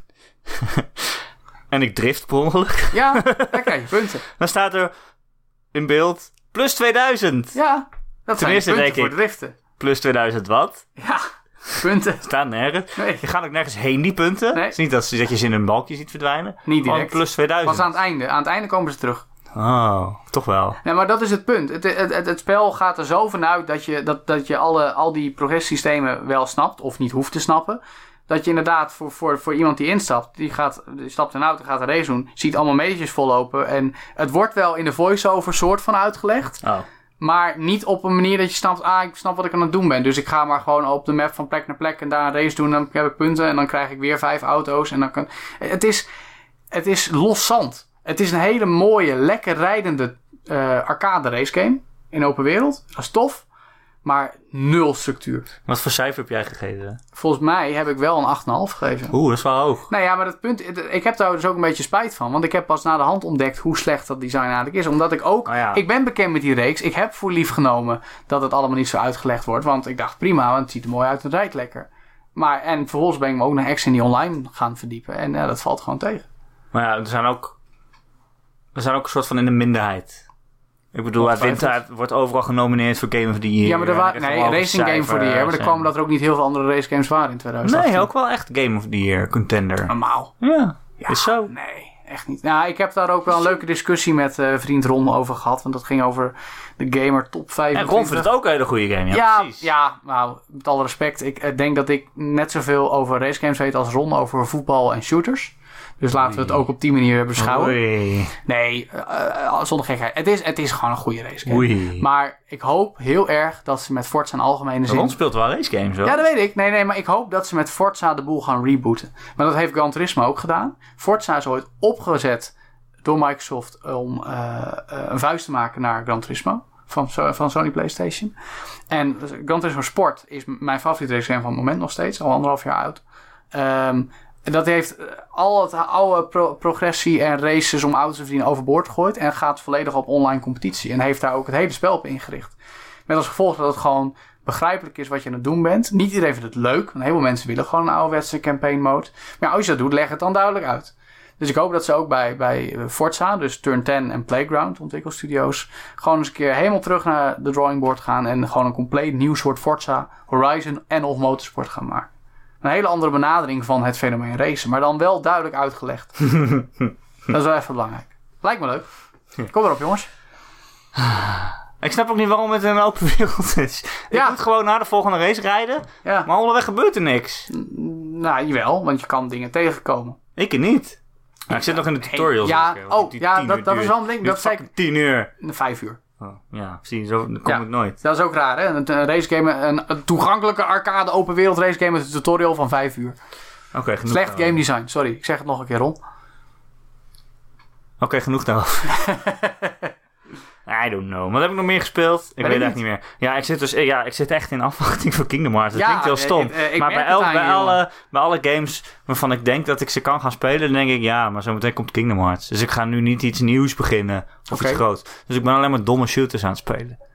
en ik drift per ongeluk. Ja, dan krijg je punten. Dan staat er in beeld plus tweeduizend. Ja, dat Ten zijn eerste punten denk voor ik, driften. Plus tweeduizend wat? Ja, punten. Staat nergens. Nee. Je gaat ook nergens heen, die punten. Nee. Het is niet dat, dat je ze in een balkje ziet verdwijnen. Niet Gewoon direct. plus tweeduizend. Pas aan het einde. Aan het einde komen ze terug. Oh, toch wel. Nee, maar dat is het punt. Het, het, het, het spel gaat er zo vanuit dat je, dat, dat je alle, al die progressiesystemen wel snapt. Of niet hoeft te snappen. Dat je inderdaad voor, voor, voor iemand die instapt. Die, gaat, die stapt in een auto, gaat een race doen. Ziet allemaal metertjes vollopen. En het wordt wel in de voice-over soort van uitgelegd. Oh. Maar niet op een manier dat je snapt, ah, ik snap wat ik aan het doen ben. Dus ik ga maar gewoon op de map van plek naar plek en daar een race doen. Dan heb ik punten en dan krijg ik weer vijf auto's. En dan kan... Het is, het is los zand. Het is een hele mooie, lekker rijdende uh, arcade racegame in open wereld. Dat is tof, maar nul structuur. Wat voor cijfer heb jij gegeven? Volgens mij heb ik wel een acht komma vijf gegeven. Oeh, dat is wel hoog. Nou ja, maar dat punt, ik heb daar dus ook een beetje spijt van. Want ik heb pas na de hand ontdekt hoe slecht dat design eigenlijk is. Omdat ik ook, oh ja. ik ben bekend met die reeks. Ik heb voor lief genomen dat het allemaal niet zo uitgelegd wordt. Want ik dacht prima, want het ziet er mooi uit en het rijdt lekker. Maar, en vervolgens ben ik me ook naar X in die online gaan verdiepen. En ja, dat valt gewoon tegen. Maar ja, er zijn ook... We zijn ook een soort van in de minderheid. Ik bedoel, hij, wint, hij wordt overal genomineerd voor Game of the Year. Ja, maar er waren... Nee, Racing Game for the Year. Maar er kwamen dat er ook niet heel veel andere racegames waren in twintig achttien. Nee, ook wel echt Game of the Year contender. Normaal. Ja, ja, is zo. Nee, echt niet. Nou, ik heb daar ook wel een leuke discussie met uh, vriend Ron over gehad. Want dat ging over de Gamer Top vijfentwintig. En Ron vindt het ook een hele goede game. Ja, ja, precies. Ja, nou, met alle respect. Ik uh, denk dat ik net zoveel over racegames weet als Ron over voetbal en shooters. Dus laten we het ook op die manier beschouwen. Oei. Nee, uh, zonder gekheid. Het is, het is gewoon een goede racegame. Oei. Maar ik hoop heel erg dat ze met Forza in algemene zin... Ron speelt wel racegames, hoor. Ja, dat weet ik. Nee, nee, maar ik hoop dat ze met Forza de boel gaan rebooten. Maar dat heeft Gran Turismo ook gedaan. Forza is ooit opgezet door Microsoft om uh, uh, een vuist te maken naar Gran Turismo. Van, van Sony PlayStation. En Gran Turismo Sport is mijn favoriete racegame van het moment nog steeds. Al anderhalf jaar oud. Um, Dat heeft al het oude pro- progressie en races om auto's te verdienen overboord gegooid. En gaat volledig op online competitie. En heeft daar ook het hele spel op ingericht. Met als gevolg dat het gewoon begrijpelijk is wat je aan het doen bent. Niet iedereen vindt het leuk. Want heel veel mensen willen gewoon een ouderwetse campaign mode. Maar ja, als je dat doet, leg het dan duidelijk uit. Dus ik hoop dat ze ook bij, bij Forza, dus Turn ten en Playground, ontwikkelstudio's, gewoon eens een keer helemaal terug naar de drawing board gaan. En gewoon een compleet nieuw soort Forza, Horizon en of Motorsport gaan maken. Een hele andere benadering van het fenomeen racen. Maar dan wel duidelijk uitgelegd. Dat is wel even belangrijk. Lijkt me leuk. Kom erop, jongens. Ik snap ook niet waarom het een open wereld is. Ik Ja. moet gewoon naar de volgende race rijden. Ja. Maar onderweg gebeurt er niks. Nou, jawel. Want je kan dingen tegenkomen. Ik niet. Nou, ik zit nog in de tutorials. Ja, dus, oh, die ja, tien dat- uur dat is duurt. wel een ding, Die dat zei fucking tien uur. Vijf uur. Oh, ja, precies. Zo dan kom Ja. ik nooit. Dat is ook raar, hè? Een, een racegame, een, een toegankelijke arcade open wereld racegame met een tutorial van vijf uur. Oké, okay, genoeg. Slecht daarover. game design. Sorry, ik zeg het nog een keer, Ron. Oké, okay, genoeg daarover. I don't know. Wat heb ik nog meer gespeeld? Ik Weet weet ik echt niet meer. Ja, ik zit dus ja, ik zit echt in afwachting voor Kingdom Hearts. Dat Ja, klinkt heel stom. eh, eh, ik maar merk bij, het el, aan bij, je, alle, jongen. bij alle games waarvan ik denk dat ik ze kan gaan spelen, dan denk ik ja, maar zometeen komt Kingdom Hearts. Dus ik ga nu niet iets nieuws beginnen of Oké. iets groots. Dus ik ben alleen maar domme shooters aan het spelen.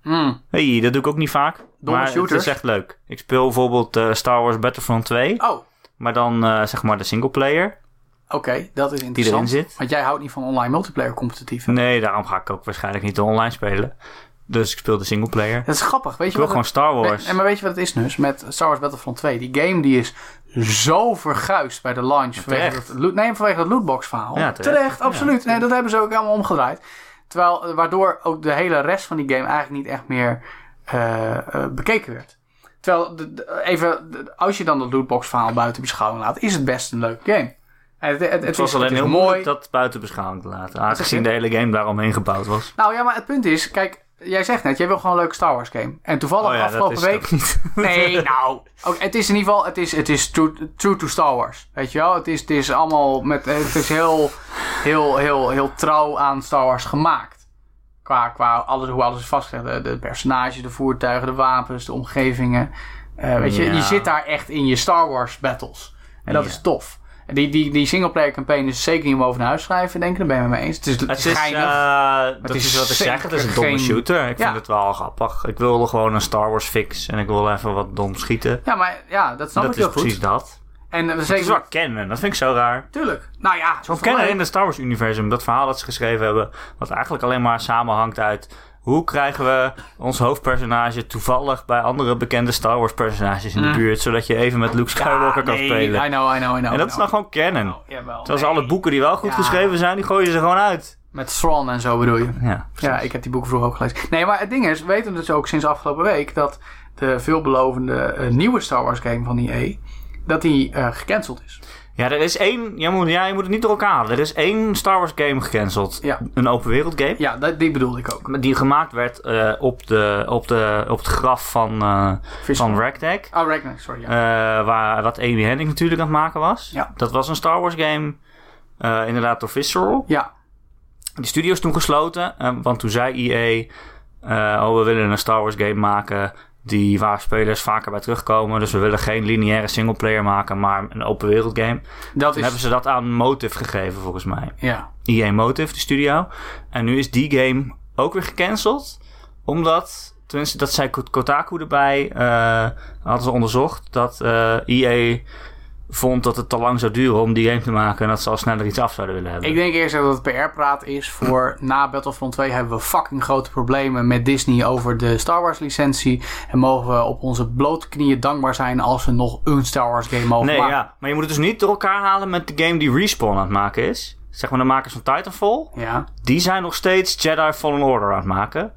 Mm. Hey, dat doe ik ook niet vaak. Domme maar shooters. het is echt leuk. Ik speel bijvoorbeeld uh, Star Wars Battlefront twee. Oh, Maar dan uh, zeg maar de singleplayer oké, okay, dat is interessant. die erin zit. Want jij houdt niet van online multiplayer competitief. Hè? Nee, daarom ga ik ook waarschijnlijk niet online spelen. Dus ik speel de singleplayer. Dat is grappig. Weet Ik je wil wat gewoon het... Star Wars. Nee, maar weet je wat het is, Nus? Met Star Wars Battlefront twee. Die game die is zo verguisd bij de launch. Ja, vanwege terecht. dat, loot, nee, vanwege dat lootbox verhaal. Ja, terecht. terecht, absoluut. Ja. Nee, dat hebben ze ook allemaal omgedraaid. Terwijl, waardoor ook de hele rest van die game eigenlijk niet echt meer uh, uh, bekeken werd. Terwijl, de, de, even, de, als je dan dat lootbox verhaal buiten beschouwing laat, is het best een leuke game. Het, het, het, Het was is, alleen het is heel mooi. moeilijk dat buiten beschouwing te laten. zeg Aangezien je? de hele game daaromheen gebouwd was. Nou ja, maar het punt is, kijk, jij zegt net, jij wil gewoon een leuke Star Wars game. En toevallig Oh ja, afgelopen dat is week... het ook niet. Nee, nou, ook, het is in ieder geval, het is, het is true, true to Star Wars, weet je wel. Het is, het is allemaal, met, het is heel, heel, heel, heel trouw aan Star Wars gemaakt. Qua, qua alles, hoe alles is vastgelegd. De, de personages, de voertuigen, de wapens, de omgevingen. Uh, weet je, Ja. je zit daar echt in je Star Wars battles. En dat Ja. is tof. En die, die, die singleplayer campaign is zeker niet om over naar huis schrijven, denk ik. Daar ben je het mee eens. Het is, het Het is is, geinig. uh, dat is is wat ik zeg. Het is een zeker domme geen- shooter. Ik Ja. vind het wel grappig. Ik wilde gewoon een Star Wars fix. En ik wilde even wat dom schieten. Ja, maar ja, dat snap dat ik heel is precies goed. dat. En uh, Het zeker... is wel kennen. Dat vind ik zo raar. Tuurlijk. Nou ja, Gewoon voor kennen mij- in het Star Wars universum. Dat verhaal dat ze geschreven hebben. Wat eigenlijk alleen maar samenhangt uit... Hoe krijgen we ons hoofdpersonage toevallig bij andere bekende Star Wars personages in de Mm. buurt. Zodat je even met Luke Skywalker Ja, kan nee, spelen. I know, I know, I know. En dat is I nou know. gewoon canon. Oh, jawel. Terwijl ze Nee. alle boeken die wel goed Ja. geschreven zijn, die gooien ze gewoon uit. Met Thrawn en zo bedoel je. Ja, precies. Ja, ik heb die boeken vroeger ook gelezen. Nee, maar het ding is, we weten dus ook sinds afgelopen week dat de veelbelovende uh, nieuwe Star Wars game van E A, dat die uh, gecanceld is. Ja, er is één... Je moet, ja, je moet het niet door elkaar halen. Er is één Star Wars game gecanceld. Ja. Een open wereld game. Ja, dat, die bedoelde ik ook. Die gemaakt werd uh, op, de, op, de, op het graf van, uh, Visceral. van Ragtag. Oh, Ragnar, sorry. Ja. Uh, waar, wat Amy Hennig natuurlijk aan het maken was. Ja. Dat was een Star Wars game. Uh, inderdaad door Visceral. ja. Die studio is toen gesloten. Uh, want toen zei E A... Uh, oh, we willen een Star Wars game maken... Die waar spelers vaker bij terugkomen. Dus we willen geen lineaire singleplayer maken, maar een open wereld game. Dat Toen is... hebben ze dat aan Motive gegeven, volgens mij. Ja. E A Motive, de studio. En nu is die game ook weer gecanceld. Omdat, tenminste, dat zei Kotaku erbij, uh, hadden ze onderzocht dat uh, E A vond dat het te lang zou duren om die game te maken. En dat ze al sneller iets af zouden willen hebben. Ik denk eerst dat het P R-praat is voor na Battlefront twee hebben we fucking grote problemen met Disney over de Star Wars licentie. En mogen we op onze blote knieën dankbaar zijn als we nog een Star Wars game mogen Nee, maken. ja. Maar je moet het dus niet door elkaar halen met de game die Respawn aan het maken is. Zeg maar de makers van Titanfall. Ja. Die zijn nog steeds Jedi Fallen Order aan het maken.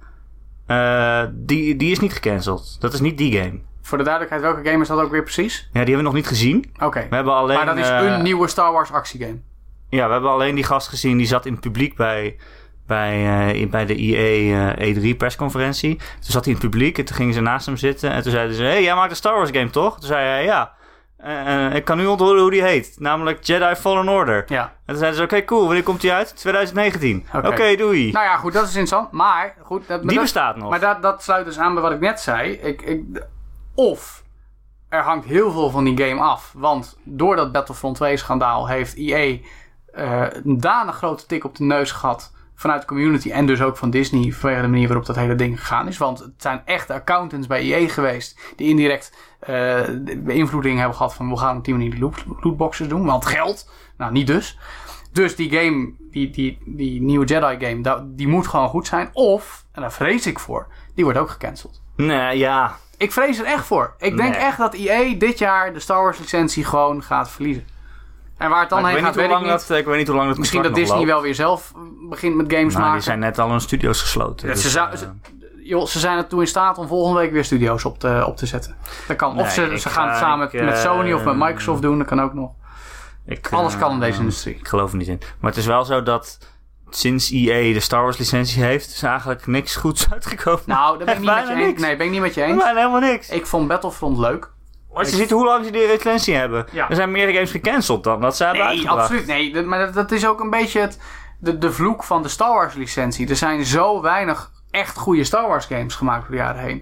Uh, die, die is niet gecanceld. Dat is niet die game. Voor de duidelijkheid, welke game is dat ook weer precies? Ja, die hebben we nog niet gezien. Oké. Okay. We hebben alleen, maar dat is uh, een nieuwe Star Wars actiegame. Ja, we hebben alleen die gast gezien. Die zat in het publiek bij, bij, uh, bij de E A uh, E drie persconferentie. Toen zat hij in het publiek en toen gingen ze naast hem zitten. En toen zeiden ze, hé, hey, jij maakt een Star Wars game, toch? Toen zei hij, ja. Uh, ik kan nu onthouden hoe die heet. Namelijk Jedi Fallen Order. Ja. En toen zeiden ze, oké, okay, cool. Wanneer komt die uit? twintig negentien. Oké, Okay. okay, doei. Nou ja, goed, dat is interessant. Maar, goed. Dat, die dat, bestaat nog. Maar dat, dat sluit dus aan bij wat ik net zei. Ik, ik, of er hangt heel veel van die game af. Want door dat Battlefront twee schandaal heeft E A uh, een danig grote tik op de neus gehad vanuit de community en dus ook van Disney vanwege de manier waarop dat hele ding gegaan is. Want het zijn echte accountants bij E A geweest die indirect uh, beïnvloeding hebben gehad van we gaan op die manier die loot, lootboxes doen. Want geld, nou niet dus. Dus die game, die, die, die nieuwe Jedi game, die moet gewoon goed zijn. Of, en daar vrees ik voor, die wordt ook gecanceld. Nee, ja. Ik vrees er echt voor. Ik denk Nee. echt dat E A dit jaar de Star Wars licentie gewoon gaat verliezen. En waar het dan Maar heen ik, gaat, weet weet niet ik hoe niet. lang dat, ik weet niet hoe lang dat Misschien dat contract nog Disney loopt. wel weer zelf begint met games Maar maken. die zijn net al hun studio's gesloten. Ja, dus, ze, zou, uh, ze, joh, ze zijn er toe in staat om volgende week weer studio's op te, op te zetten. Dat kan. Nee, of ze, ik ze gaan het ga- samen ik, met, met uh, Sony of met Microsoft doen. Dat kan ook nog. ik, Alles uh, kan in deze uh, industrie. Ik geloof er niet in. Maar het is wel zo dat sinds E A de Star Wars licentie heeft, is eigenlijk niks goeds uitgekomen. Nou, daar ben ik niet Echt met je bijna eens. niks. Nee, ben ik niet met je eens. Bijna helemaal niks. Ik vond Battlefront leuk. Als je ziet hoe lang ze die licentie hebben. Ja. Er zijn meer games gecanceld dan dat ze hebben Nee, uitgebracht. absoluut. Nee, dat- maar dat, dat is ook een beetje het, de, de vloek van de Star Wars licentie. Er zijn zo weinig echt goede Star Wars games gemaakt door de jaren heen.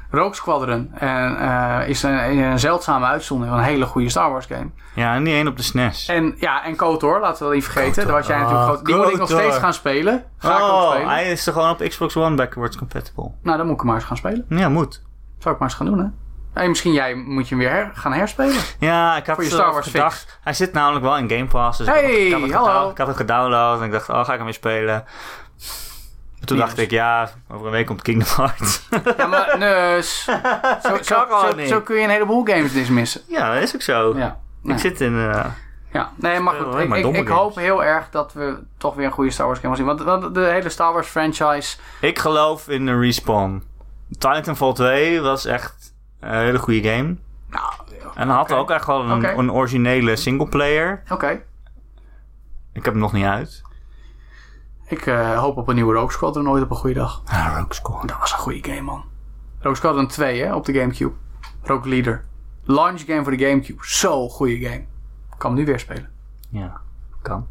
Rogue Squadron en, uh, is een, een zeldzame uitzondering van een hele goede Star Wars game. Ja, en niet één op de S N E S. En ja, en KOTOR, laten we dat niet vergeten. KOTOR. Daar was jij natuurlijk groot. Die moet ik nog steeds gaan spelen. Ga ik ook Oh, spelen. hij is er gewoon op Xbox One backwards compatible. Nou, dan moet ik hem maar eens gaan spelen. Ja, moet. Zou ik maar eens gaan doen, hè? Hey, misschien jij moet je hem weer her, gaan herspelen. Ja, ik had Voor je er Star over Wars gedacht. fix. Hij zit namelijk wel in Game Pass. Dus Hey, ik, had, ik, had hallo. gedownload, ik had hem gedownload en ik dacht, oh, ga ik hem weer spelen. Toen dacht ik, ja, over een week komt Kingdom Hearts. Ja, maar neus. Zo, zo, zo, niet. zo kun je een heleboel games dismissen. Ja, dat is ook zo. Ja. Ik Ja. zit in... Uh, Ja, nee, maar Veel, goed. alleen Ik, maar ik, domme ik games. hoop heel erg dat we toch weer een goede Star Wars game gaan zien. Want, want de hele Star Wars franchise... ik geloof in de Respawn. Titanfall twee was echt een hele goede game. Nou, En had oké. ook echt wel een, Oké. een originele singleplayer. Oké. Okay. Ik heb hem nog niet uit. Ik uh, hoop op een nieuwe Rogue Squadron nooit op een goede dag. Ah, Rogue Squadron. Dat was een goede game, man. Rogue Squadron twee, hè, op de Gamecube. Rogue Leader. Launch game voor de Gamecube. Zo goede game. Ik kan hem nu weer spelen. Ja, kan.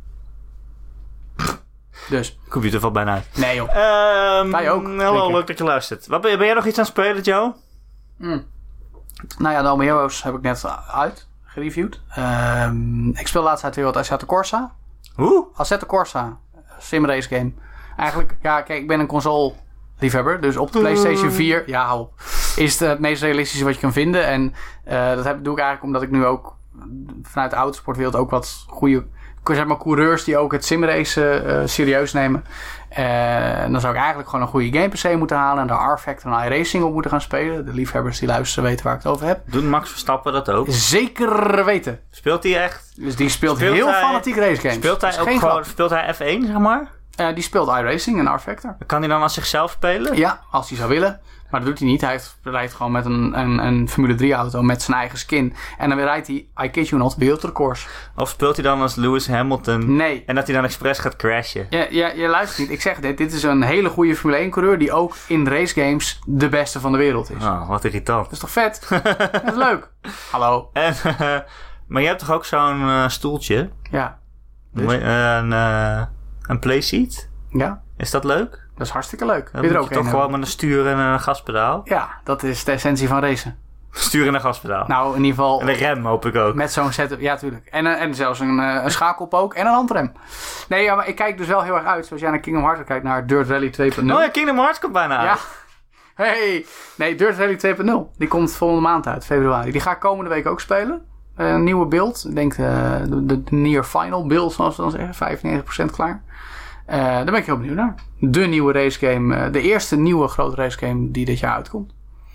Dus. De computer valt bijna uit. Nee, joh. Um, Wij ook, Hallo, denk ik. leuk dat je luistert. Wat ben, je, ben jij nog iets aan het spelen, Joe? Mm. Nou ja, de Home Heroes heb ik net uit. Gereviewd. Um, ik speel laatst uit weer wat Assetto Corsa. Hoe? Assetto Corsa. Simrace game. Eigenlijk, ja, kijk, ik ben een console liefhebber. Dus op de PlayStation vier, ja, hou op, is het, het meest realistische wat je kan vinden. En uh, dat heb, doe ik eigenlijk omdat ik nu ook vanuit de autosportwereld ook wat goede, zeg maar, coureurs die ook het simrace uh, serieus nemen. Uh, en dan zou ik eigenlijk gewoon een goede game P C moeten halen en daar R-Factor en iRacing op moeten gaan spelen. De liefhebbers die luisteren weten waar ik het over heb. Doet Max Verstappen dat ook? Zeker weten. Speelt hij echt? Dus die speelt, Speelt heel hij- fanatiek race games. Speelt hij Dat ook is geen gewoon, grap. speelt hij F één, zeg maar? Uh, die speelt iRacing en R-Factor. Kan hij dan als zichzelf spelen? Ja, als hij zou willen. Maar dat doet hij niet. Hij heeft, rijdt gewoon met een, een, een Formule drie auto met zijn eigen skin. En dan rijdt hij, I kid you not, wereldrecords. Of speelt hij dan als Lewis Hamilton? Nee. En dat hij dan expres gaat crashen? Je, je, je luistert niet. Ik zeg dit. Dit is een hele goede Formule één coureur die ook in race games de beste van de wereld is. Oh, wat irritant. Dat is toch vet? Dat is leuk. Hallo. En, maar je hebt toch ook zo'n uh, stoeltje? Ja. Dus? Een, uh, een playseat? Ja. Is dat leuk? Dat is hartstikke leuk. Dan Wil je er moet ook je een toch gewoon hebben? met een stuur en een gaspedaal? Ja, dat is de essentie van racen. Stuur en een gaspedaal. Nou, in ieder geval En een rem hoop ik ook. met zo'n setup. Ja, tuurlijk. En, eh, en zelfs een, eh, een schakelpook en een handrem. Nee, ja, maar ik kijk dus wel heel erg uit. Zoals jij naar Kingdom Hearts kijkt, naar Dirt Rally twee punt nul. Oh ja, Kingdom Hearts komt bijna uit. Ja. Hey. Nee, Dirt Rally twee punt nul. Die komt volgende maand uit, februari. Die ga ik komende week ook spelen. Uh, een nieuwe beeld. Ik denk uh, de, de near final beeld, zoals we dan zeggen. vijfennegentig procent klaar. Uh, daar ben ik heel benieuwd naar. De nieuwe racegame. Uh, de eerste nieuwe grote racegame die dit jaar uitkomt.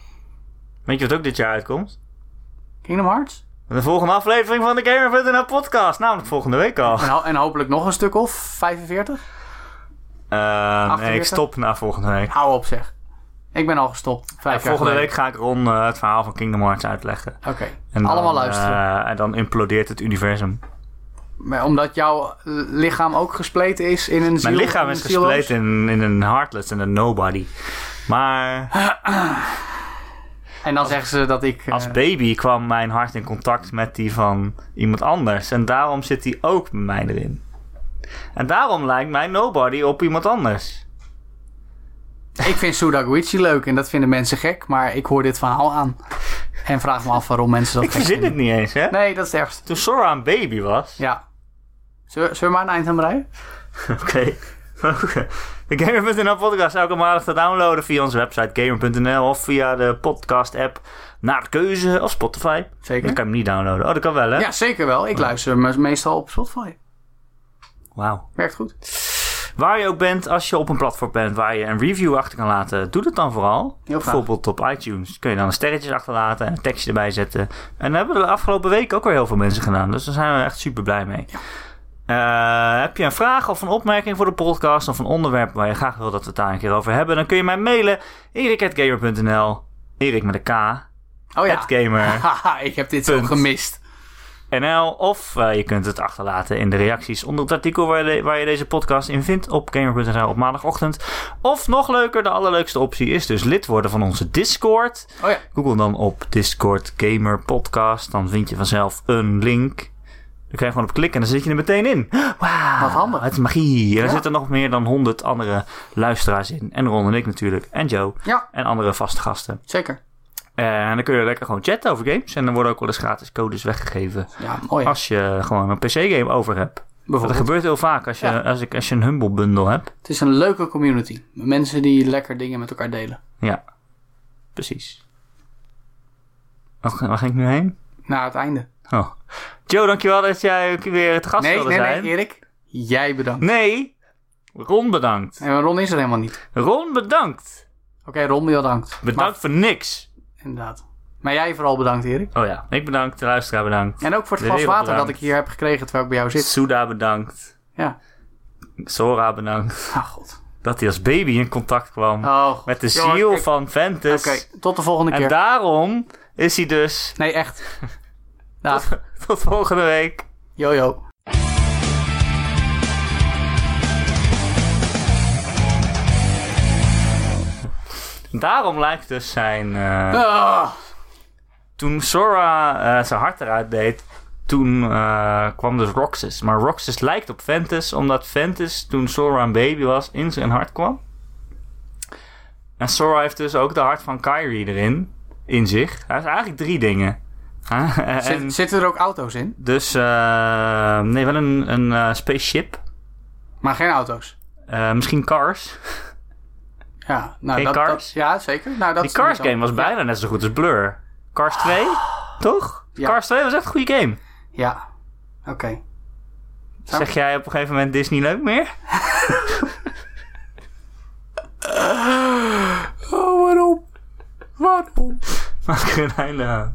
Weet je wat ook dit jaar uitkomt? Kingdom Hearts. De volgende aflevering van de Gamer punt n l podcast. Namelijk volgende week al. En, ho- en hopelijk nog een stuk of vijfenveertig. Uh, nee, ik achtenveertig? stop na volgende week. Hou op zeg. Ik ben al gestopt. Vijf Ja, jaar volgende geleden. week ga ik Ron uh, het verhaal van Kingdom Hearts uitleggen. Oké. En dan, Allemaal luisteren. Uh, en dan implodeert het universum. Maar omdat jouw lichaam ook gespleten is in een ziel. Mijn lichaam in is een zieloos? gespleten in, in een heartless en een nobody. Maar En dan zeggen ze dat ik... als uh, baby kwam mijn hart in contact met die van iemand anders. En daarom zit die ook bij mij erin. En daarom lijkt mijn nobody op iemand anders. Ik vind Suda Goichi leuk en dat vinden mensen gek. Maar ik hoor dit verhaal aan. En vraag me af waarom mensen dat Ik gek verzin het vinden. niet eens, hè? Nee, dat is het ergste. Toen Sora een baby was. Ja. Zullen we, zullen we maar een eind aan breien? Oké. Okay. De Gamer punt n l podcast is elke maandag te downloaden via onze website gamer punt n l of via de podcast app naar keuze of Spotify. Zeker. Dan kan je hem niet downloaden. Oh, dat kan wel, hè? Ja, zeker wel. Ik luister me- meestal op Spotify. Wauw. Werkt goed. Waar je ook bent, als je op een platform bent waar je een review achter kan laten, doe dat dan vooral. Heel graag. Bijvoorbeeld op iTunes kun je dan sterretjes achterlaten en een tekstje erbij zetten. En dat hebben de afgelopen week ook weer heel veel mensen gedaan. Dus daar zijn we echt super blij mee. Ja. Uh, heb je een vraag of een opmerking voor de podcast of een onderwerp waar je graag wil dat we het daar een keer over hebben, dan kun je mij mailen. erik at gamer punt n l Erik met een K. Oh ja. at gamer Haha, ik heb dit zo Punt. gemist. N L of uh, je kunt het achterlaten in de reacties onder het artikel waar je, de, waar je deze podcast in vindt op gamer punt n l op maandagochtend. Of nog leuker, de allerleukste optie is dus lid worden van onze Discord. Oh ja. Google dan op Discord Gamer Podcast, dan vind je vanzelf een link. Dan kan je gewoon op klikken en dan zit je er meteen in. Wauw, Wat handig. het is magie. En er Ja. zitten nog meer dan honderd andere luisteraars in. En Ron en ik natuurlijk. En Joe. Ja, En andere vaste gasten. zeker. En dan kun je lekker gewoon chatten over games. En dan worden ook wel eens gratis codes weggegeven. Ja, mooi. Als je gewoon een P C-game over hebt. Dat Bijvoorbeeld. gebeurt heel vaak als je, Ja. als, ik, als je een Humble Bundle hebt. Het is een leuke community. Mensen die lekker dingen met elkaar delen. Ja, precies. Waar, waar ging ik nu heen? Na het einde. Oh. Joe, dankjewel dat jij weer te gast Nee, wilde nee, zijn. nee, Erik. Jij bedankt. Nee, Ron bedankt. En Ron is er helemaal niet. Ron bedankt. Oké, Ron bedankt. Bedankt voor niks. Maar, inderdaad. Maar jij vooral bedankt, Erik. Oh ja, ik bedankt, de luisteraar bedankt. En ook voor het De glas wereld water dat bedankt. ik hier heb gekregen terwijl ik bij jou zit. Suda bedankt. Ja. Sora bedankt. Ah, god. Dat hij als baby in contact kwam. Oh, god. Met de Jongens, ziel ik- van Ventus. Oké, tot de volgende En keer. daarom is hij dus... Nee, echt. Nou, Tot volgende week. yo yo. Daarom lijkt dus zijn... eh, Ah. Toen Sora eh, zijn hart eruit deed, toen eh, kwam dus Roxas. Maar Roxas lijkt op Ventus, omdat Ventus, toen Sora een baby was, in zijn hart kwam. En Sora heeft dus ook de hart van Kairi erin, in zich. Hij heeft eigenlijk drie dingen. Huh? en Zit, zitten er ook auto's in? dus, eh, nee, wel een, een eh, spaceship. Maar geen auto's. Eh, misschien Cars. Ja, nou, Geen dat, Cars? dat- ja, zeker. Nou, dat Die is Cars niet zo. game was bijna net zo goed als Blur. Cars twee, toch? Ja. Cars twee was echt een goede game. Ja, oké. Zeg jij op een gegeven moment Disney leuk meer? Oh, waarom? Waarom? Maak er een einde aan.